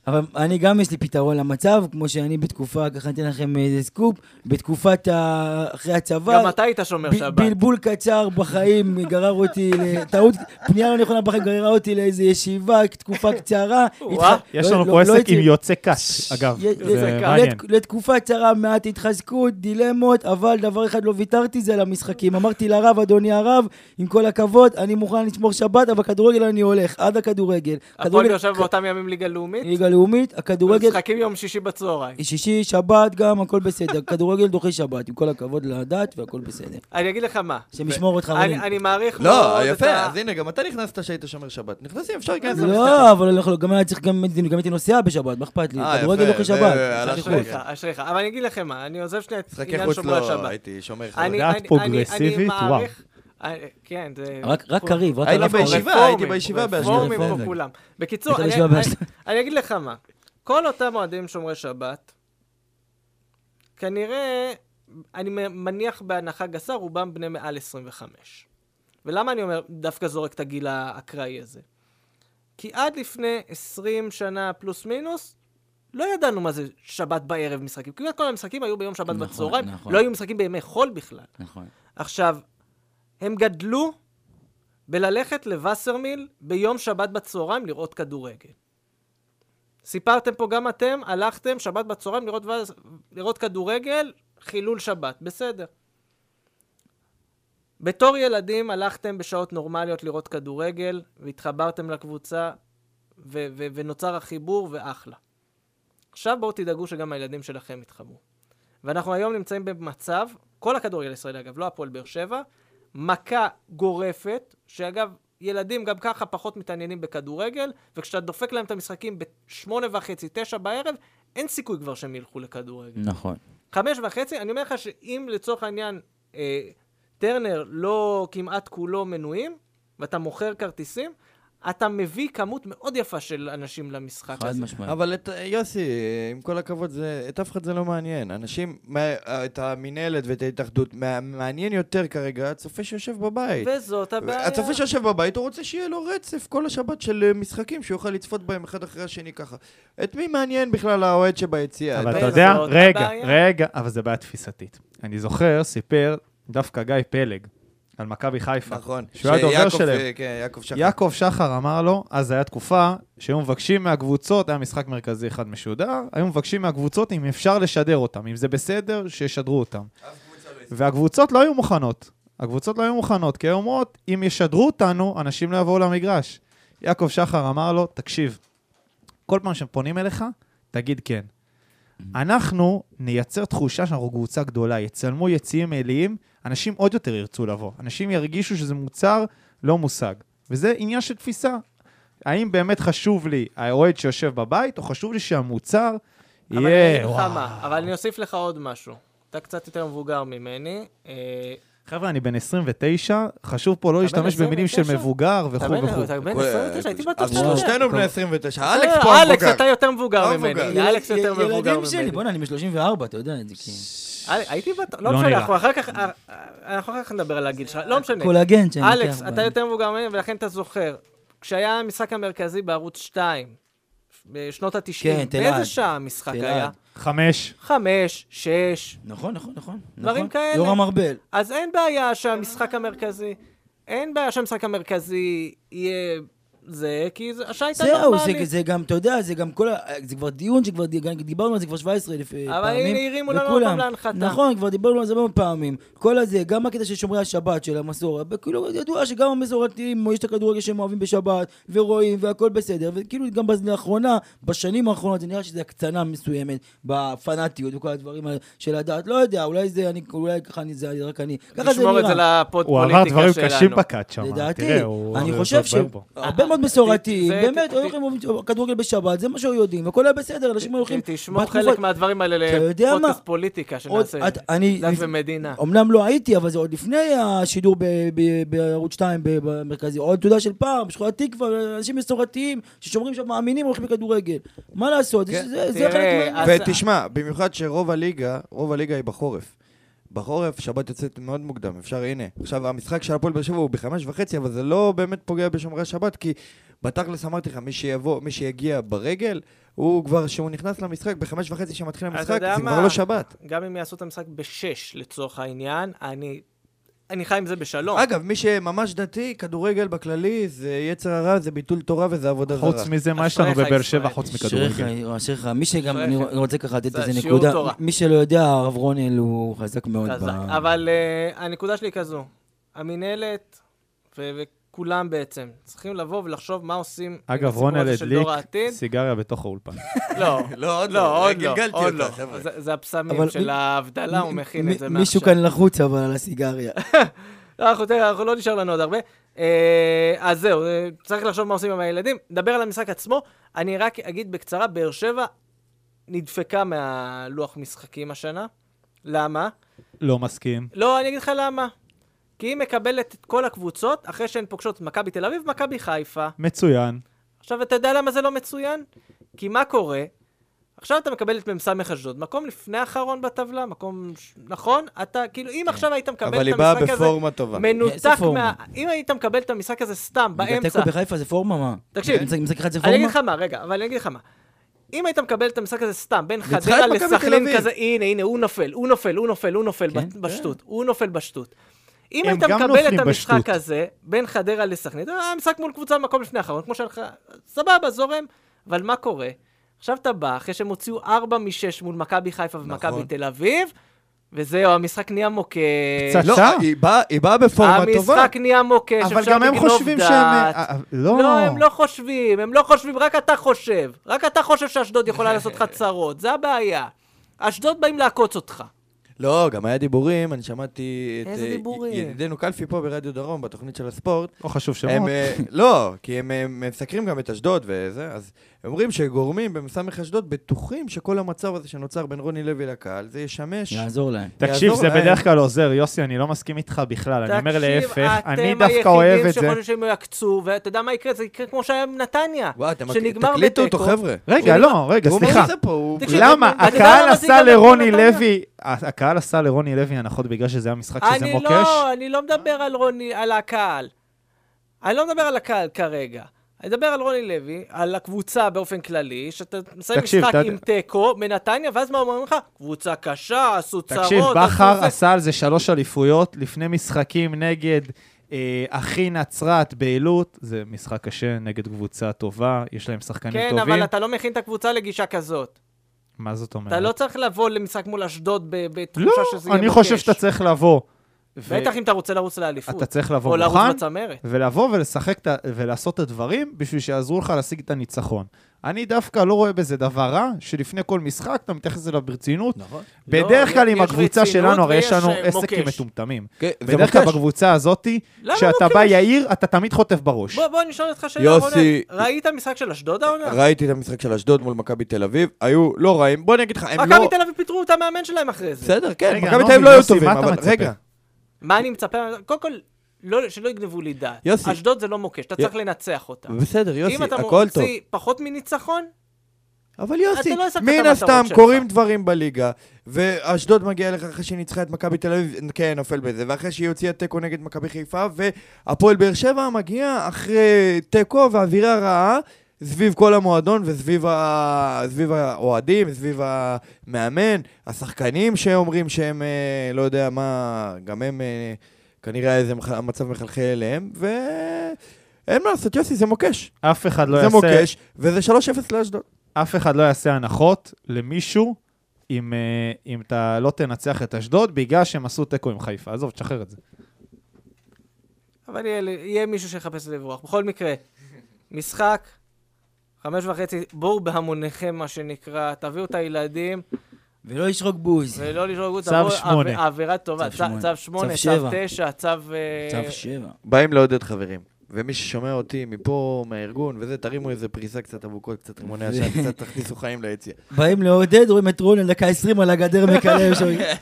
אבל אני גם יש לי פתרון למצב, כמו שאני בתקופה, ככה נתן לכם איזה סקופ, בתקופת אחרי הצבא, גם אתה היית שומר שבת. בלבול קצר בחיים, גרר אותי, טעות, פנייה לא נכונה בחיים, גררה אותי לאיזה ישיבה, תקופה קצרה. יש לנו פה עסק עם יוצא קש, אגב, זה מעניין. לתקופה קצרה, מעט התחזקות, דילמות, אבל דבר אחד לא ויתרתי, זה למשחקים. אמרתי לרב, אדוני הרב, עם כל הכבוד, אני מוכן לשמור שבת, אבל כדורגל אני הולך, עד הכדורגל. הפועל יושב באותם ימים ליגה לאומית? ליגה לאומית, הכדורגל... משחקים יום שישי בצהריים. שישי, שבת גם, הכל בסדר. כדורגל דוחי שבת, עם כל הכבוד לדת, והכל בסדר. אני אגיד לך מה. שמשמור אותך רבים. אני מעריך מאוד... לא, יפה, אז הנה, גם אתה נכנסת שהיית שומר שבת. נכנסים, אפשר להיכנס למשחק. לא, אבל גם היה צריך, גם הייתי נוסע בשבת, מה אכפת לי? כדורגל דוחי שבת. אשריך, אבל אני אגיד לכם מה, אני עוזב שנייה את עניין שומרי השבת. כן, זה... רק קריב, רק הייתי בישיבה, הייתי בישיבה באשדוד. בקיצור, אני אגיד לך מה, כל אותם מועדים שומרי שבת, כנראה, אני מניח בהנחה גסה, רובם בני מעל עשרים וחמש. ולמה אני אומר, דווקא זורק את הגיל האקראי הזה? כי עד לפני עשרים שנה פלוס מינוס, לא ידענו מה זה שבת בערב משחקים. כמעט כל המשחקים היו ביום שבת בצהריים, לא היו משחקים בימי חול בכלל. עכשיו, הם גדלו בללכת לווסרמיל ביום שבת בצהריים לראות כדורגל. סיפרתם פה גם אתם, הלכתם שבת בצהריים לראות, לראות כדורגל, חילול שבת, בסדר. בתור ילדים הלכתם בשעות נורמליות לראות כדורגל, והתחברתם לקבוצה, ו- ו- ונוצר החיבור ואחלה. עכשיו בואו תדאגו שגם הילדים שלכם יתחברו. ואנחנו היום נמצאים במצב, כל הכדורגל הישראלי אגב, לא הפועל באר שבע, מכה גורפת, שאגב, ילדים גם ככה פחות מתעניינים בכדורגל, וכשאתה דופק להם את המשחקים בשמונה וחצי, תשע בערב, אין סיכוי כבר שהם ילכו לכדורגל. נכון. חמש וחצי, אני אומר לך שאם לצורך העניין, אה, טרנר לא כמעט כולו מנויים, ואתה מוכר כרטיסים, אתה מביא כמות מאוד יפה של אנשים למשחק הזה. משמעית. אבל את, יוסי, עם כל הכבוד, זה, את אף אחד זה לא מעניין. אנשים, את המנהלת ואת ההתאחדות, מעניין יותר כרגע, הצופה שיושב בבית. וזאת הבעיה. הצופה שיושב בבית, הוא רוצה שיהיה לו רצף כל השבת של משחקים, שהוא יוכל לצפות בהם אחד אחרי השני ככה. את מי מעניין בכלל האוהד שביציאה? אבל אתה יודע, רגע, רגע, אבל זה בעיה תפיסתית. אני זוכר, סיפר דווקא גיא פלג, על מכבי חיפה. נכון. שהוא היה דובר שלהם. כן, יעקב שחר. יעקב שחר אמר לו, אז הייתה תקופה שהיו מבקשים מהקבוצות, היה משחק מרכזי אחד משודר, היו מבקשים מהקבוצות אם אפשר לשדר אותם, אם זה בסדר, שישדרו אותם. והקבוצות לא היו מוכנות. הקבוצות לא היו מוכנות, כי אומרות, אם ישדרו אותנו, אנשים לא יבואו למגרש. יעקב שחר אמר לו, תקשיב, כל פעם שהם פונים אליך, תגיד כן. אנחנו נייצר תחושה שאנחנו קבוצה גדולה, יצלמו יציאים מלאים, אנשים עוד יותר ירצו לבוא. אנשים ירגישו שזה מוצר לא מושג. וזה עניין של תפיסה. האם באמת חשוב לי האוהד שיושב בבית, או חשוב לי שהמוצר יהיה... אבל אני אוסיף לך עוד משהו. אתה קצת יותר מבוגר ממני. חבר'ה, אני בן עשרים ותשע, חשוב פה לא להשתמש במילים של מבוגר וכו' וכו'. אתה בן עשרים ותשע, הייתי בטוח אז שלושתנו בני עשרים ותשע. אלכס פה מבוגר. אלכס, אתה יותר מבוגר ממני. אלכס יותר מבוגר ממני. ילדים שלי, בוא'נה, אני ב-שלושים וארבע, אתה יודע את זה כי... הייתי בטוח, לא משנה, אנחנו אחר כך, אנחנו אחר כך נדבר על הגיל שלך, לא משנה. קולגן שאני... אלכס, אתה יותר מבוגר ממני, ולכן אתה זוכר, כשהיה המשחק המרכזי בערוץ שתיים, בשנות ה-תשעים, באיזה שעה המשחק היה? חמש. חמש, שש. נכון, נכון, נכון. דברים כאלה. יורם ארבל. אז אין בעיה שהמשחק המרכזי, אין בעיה שהמשחק המרכזי יהיה זה, כי השעה הייתה נורמלית. זהו, זה גם, אתה יודע, זה גם כל, זה כבר דיון שכבר דיברנו על זה כבר שבע עשרה אלף פעמים. אבל הנה הרימו לנו עוד פעם להנחתה. נכון, כבר דיברנו על זה הרבה פעמים. כל הזה, גם הקטע של שומרי השבת של המסורת, וכאילו ידוע שגם המסורתיים, יש את הכדורגל שהם אוהבים בשבת, ורואים, והכל בסדר, וכאילו גם לאחרונה, בשנים האחרונות, זה נראה שזה הקצנה מסוימת, בפנאטיות וכל הדברים של הדעת. לא יודע, אולי זה, אני, אולי ככה אני, זה רק אני. ככה זה נשמור את זה לפוד פוליטיקה שלנו. הוא עבר דברים קשים בקאט שם. לדעתי, אני חושב שהרבה מאוד מסורתיים, באמת, אוהבים כדורגל בשבת, זה מה שהיו יודעים, והכל היה בסדר, אנשים הולכים... תשמור חלק מהדברים האלה לפודקאסט פוליטיקה שנעשה, דת ומדינה. אמנם לא הייתי, אבל זה עוד לפני השידור בערוץ שתיים במרכזי, עוד תודה של פעם, בשכונת תקווה, אנשים מסורתיים ששומרים שם מאמינים הולכים בכדורגל. מה לעשות? זה חלק מה... ותשמע, במיוחד שרוב הליגה, רוב הליגה היא בחורף. בחורף, שבת יוצאת מאוד מוקדם, אפשר, הנה. עכשיו, המשחק של הפועל באר שבע הוא בחמש וחצי, אבל זה לא באמת פוגע בשומרי השבת, כי בתכלס אמרתי לך, מי שיבוא, מי שיגיע ברגל, הוא כבר, שהוא נכנס למשחק, בחמש וחצי שמתחיל המשחק, זה כבר לא שבת. גם אם יעשו את המשחק בשש לצורך העניין, אני... אני חי עם זה בשלום. אגב, מי שממש דתי, כדורגל בכללי, זה יצר הרע, זה ביטול תורה וזה עבודה זרה. חוץ מזה, מה יש לנו בבאר שבע חוץ מכדורגל? אשריך, מי שגם, אני רוצה ככה לתת איזה נקודה, מי שלא יודע, הרב רונל הוא חזק מאוד. אבל הנקודה שלי כזו, המנהלת וכולם בעצם צריכים לבוא ולחשוב מה עושים. אגב, רונל הדליק סיגריה בתוך האולפן. לא, לא, עוד לא, עוד לא, גלגלתי אותה, חבר'ה. זה הפסמים של ההבדלה, הוא מכין את זה מעכשיו. מישהו כאן לחוץ אבל על הסיגריה. אנחנו לא נשאר לנו עוד הרבה. אז זהו, צריך לחשוב מה עושים עם הילדים. נדבר על המשחק עצמו. אני רק אגיד בקצרה, באר שבע נדפקה מהלוח משחקים השנה. למה? לא מסכים. לא, אני אגיד לך למה. כי היא מקבלת את כל הקבוצות, אחרי שהן פוגשות מכבי תל אביב, מכבי חיפה. מצוין. עכשיו, אתה יודע למה זה לא מצוין? כי מה קורה? עכשיו אתה מקבל את ממסע מחשדוד, מקום לפני האחרון בטבלה, מקום, נכון? אתה, כאילו, אם עכשיו היית מקבל את המשחק הזה... אבל היא באה בפורמה טובה. מנותק מה... אם היית מקבל את המשחק הזה סתם, באמצע... תקו בחיפה זה פורמה, מה? תקשיב, אני אגיד לך מה, רגע, אבל אני אגיד לך מה. אם היית מקבל את המשחק הזה סתם, בין חדרה לסכנין כזה, הנה, הנה, הוא נופל, הוא נופל, הוא נופל, הוא נופל בשטות, הוא נופל בשטות. אם היית מקבל את המשחק הזה, בין חדרה לסכנין, המשחק מול קבוצה במקום לפני האחרון, כמו שלך, סבבה, זורם, אבל מה קורה? עכשיו אתה בא, אחרי שהם הוציאו ארבע משש מול מכבי חיפה ומכבי תל אביב, וזהו, המשחק נהיה מוקש. פצצה? לא, היא באה בפורמה טובה. המשחק נהיה מוקש, אבל גם הם חושבים שהם... לא, הם לא חושבים, הם לא חושבים, רק אתה חושב. רק אתה חושב שאשדוד יכולה לעשות לך צרות, זה הבעיה. אשדוד באים לעקוץ אותך. לא, גם היה דיבורים, אני שמעתי את דיבורים? ידידנו קלפי פה ברדיו דרום, בתוכנית של הספורט. לא חשוב שמות. לא, כי הם מסקרים גם את אשדוד וזה, אז הם אומרים שגורמים במסמך אשדוד בטוחים שכל המצב הזה שנוצר בין רוני לוי לקהל, זה ישמש. יעזור להם. תקשיב, זה בדרך כלל עוזר, יוסי, אני לא מסכים איתך בכלל, אני אומר להפך, אני דווקא אוהב את זה. תקשיב, אתם היחידים שחושבים שהם יקצו, ואתה יודע מה יקרה? זה יקרה כמו שהיה עם נתניה, תקליטו אותו, חבר'ה. רגע, לא, רגע, סליחה. למה? הקהל עשה לרוני לוי, הקהל עשה לרוני לוי הנחות בגלל שזה היה משחק שזה מוקש? אני לא, אני לא מדבר על רוני, על הקהל. אני לא מדבר על הקהל כרגע. אני מדבר על רוני לוי, על הקבוצה באופן כללי, שאתה מסיים משחק עם טקו מנתניה, ואז מה אומרים לך? קבוצה קשה, עשו צרות. תקשיב, בכר עשה על זה שלוש אליפויות, לפני משחקים נגד אחי נצרת בעילות, זה משחק קשה נגד קבוצה טובה, יש להם שחקנים טובים. כן, אבל אתה לא מכין את הקבוצה לגישה כזאת. מה זאת אומרת? אתה לא צריך לבוא למשחק מול אשדוד בתחושה שזה יהיה מוקש. אני חושב שאתה צריך לבוא. בטח אם אתה רוצה לרוץ לאליפות. אתה צריך לבוא מוכן, ולבוא ולשחק ולעשות את הדברים בשביל שיעזרו לך להשיג את הניצחון. אני דווקא לא רואה בזה דבר רע, שלפני כל משחק אתה מתייחס אליו ברצינות. בדרך כלל עם הקבוצה שלנו, הרי יש לנו עסק עם מטומטמים. בדרך כלל בקבוצה הזאת, שאתה בא יאיר, אתה תמיד חוטף בראש. בוא נשאל אותך שאלה, רונן. ראית המשחק של אשדוד העונה? ראיתי את המשחק של אשדוד מול מכבי תל אביב, היו לא רעים. בוא נגיד לך, הם לא... מכבי תל אביב פיטרו את המאמן שלהם אחרי זה. בסדר, כן, מכבי תל אביב לא היו טובים, אבל רגע. מה אני מצפה? קודם כל, לא, שלא יגנבו לי דעת. יוסי. אשדוד זה לא מוקש, אתה צריך לנצח אותה. בסדר, יוסי, הכל טוב. אם אתה מוציא פחות מניצחון, אבל יוסי, מן הסתם קוראים דברים בליגה, ואשדוד מגיע לך אחרי שניצחה את מכבי תל אביב, כן, נופל בזה, ואחרי שהיא הוציאה טקו נגד מכבי חיפה, והפועל באר שבע מגיע אחרי טקו ואווירה רעה, סביב כל המועדון וסביב ה... סביב האוהדים, סביב המאמן, השחקנים שאומרים שהם, לא יודע מה, גם הם כנראה איזה מצב מחלחל אליהם, ואין מה לעשות, יוסי, זה מוקש. אף אחד לא זה יעשה... זה מוקש, וזה שלוש אפס לאשדוד. אף אחד לא יעשה הנחות למישהו אם, אם אתה לא תנצח את אשדוד, בגלל שהם עשו טקו עם חיפה. עזוב, תשחרר את זה. אבל יהיה, יהיה מישהו שיחפש לברוח. בכל מקרה, משחק, חמש וחצי, בואו בהמוניכם, מה שנקרא, תביאו את הילדים. ולא לשרוק בוז. ולא לשרוק בוז. צו שמונה. האווירה טובה. צו שמונה, צו תשע, צו... צו שבע. באים לעודד חברים. ומי ששומע אותי מפה, מהארגון, וזה, תרימו איזה פריסה קצת אבוקות, קצת רימוני השעה, קצת תכניסו חיים ליציאה. באים לעודד, רואים את רונן דקה עשרים על הגדר מקלם.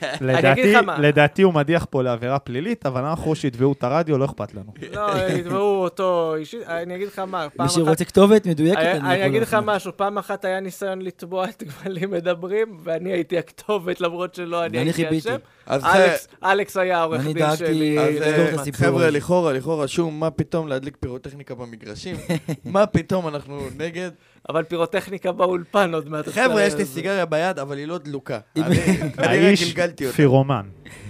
לדעתי הוא מדיח פה לעבירה פלילית, אבל אנחנו שיתבעו את הרדיו, לא אכפת לנו. לא, יתבעו אותו אישית, אני אגיד לך מה, מי שרוצה כתובת מדויקת, אני אגיד לך משהו, פעם אחת היה ניסיון לתבוע את גמלים מדברים, ואני הייתי הכתובת, למרות שלא אני הייתי השם. אלכס היה עורך דין שלי. חבר'ה, לכאורה, לכאורה, שום, מה פתאום להדליק פירוטכניקה במגרשים. מה פתאום אנחנו נגד? אבל פירוטכניקה באולפן עוד מעט. חבר'ה, יש לי סיגריה ביד, אבל היא לא דלוקה. האיש פירומן.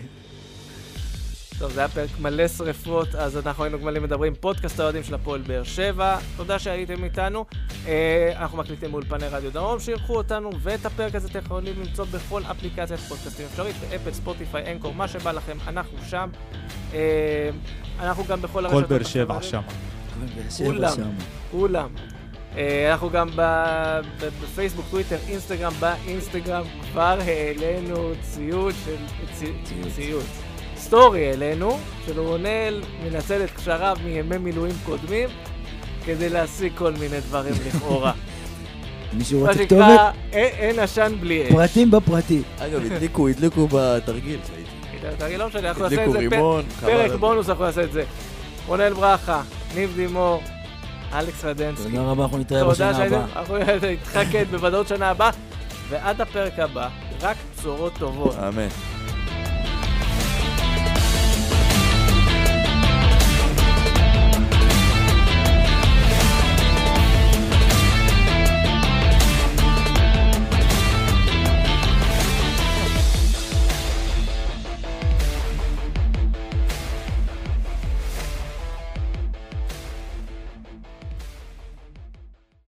טוב, זה היה פרק מלא שריפות, אז אנחנו היינו גמלים מדברים, פודקאסט האוהדים של הפועל באר שבע. תודה שהייתם איתנו. אנחנו מקליטים באולפני רדיו דרום, שירכו אותנו, ואת הפרק הזה אתם יכולים למצוא בכל אפליקציית פודקאסטים אפשרית, באפל, ספוטיפיי, אנקור, מה שבא לכם, אנחנו שם. אנחנו גם בכל הרשתות. כל באר שבע שם. כולם, כולם. אנחנו גם בפייסבוק, טוויטר, אינסטגרם, באינסטגרם כבר העלינו ציוד של ציוד. סטורי אלינו, של רונל מנצל את קשריו מימי מילואים קודמים כדי להשיג כל מיני דברים לכאורה. מישהו רוצה כתובת? מה שנקרא, אין עשן בלי אש. פרטים בפרטים. אגב, הדליקו, הדליקו בתרגיל. תרגיל לא משנה, אנחנו נעשה את זה פרק בונוס, אנחנו נעשה את זה. רונל ברכה, ניב דימור, אלכס רדנסקי. תודה רבה, אנחנו נתראה בשנה הבאה. אנחנו נתחקת בוודאות שנה הבאה, ועד הפרק הבא, רק בשורות טובות. אמן.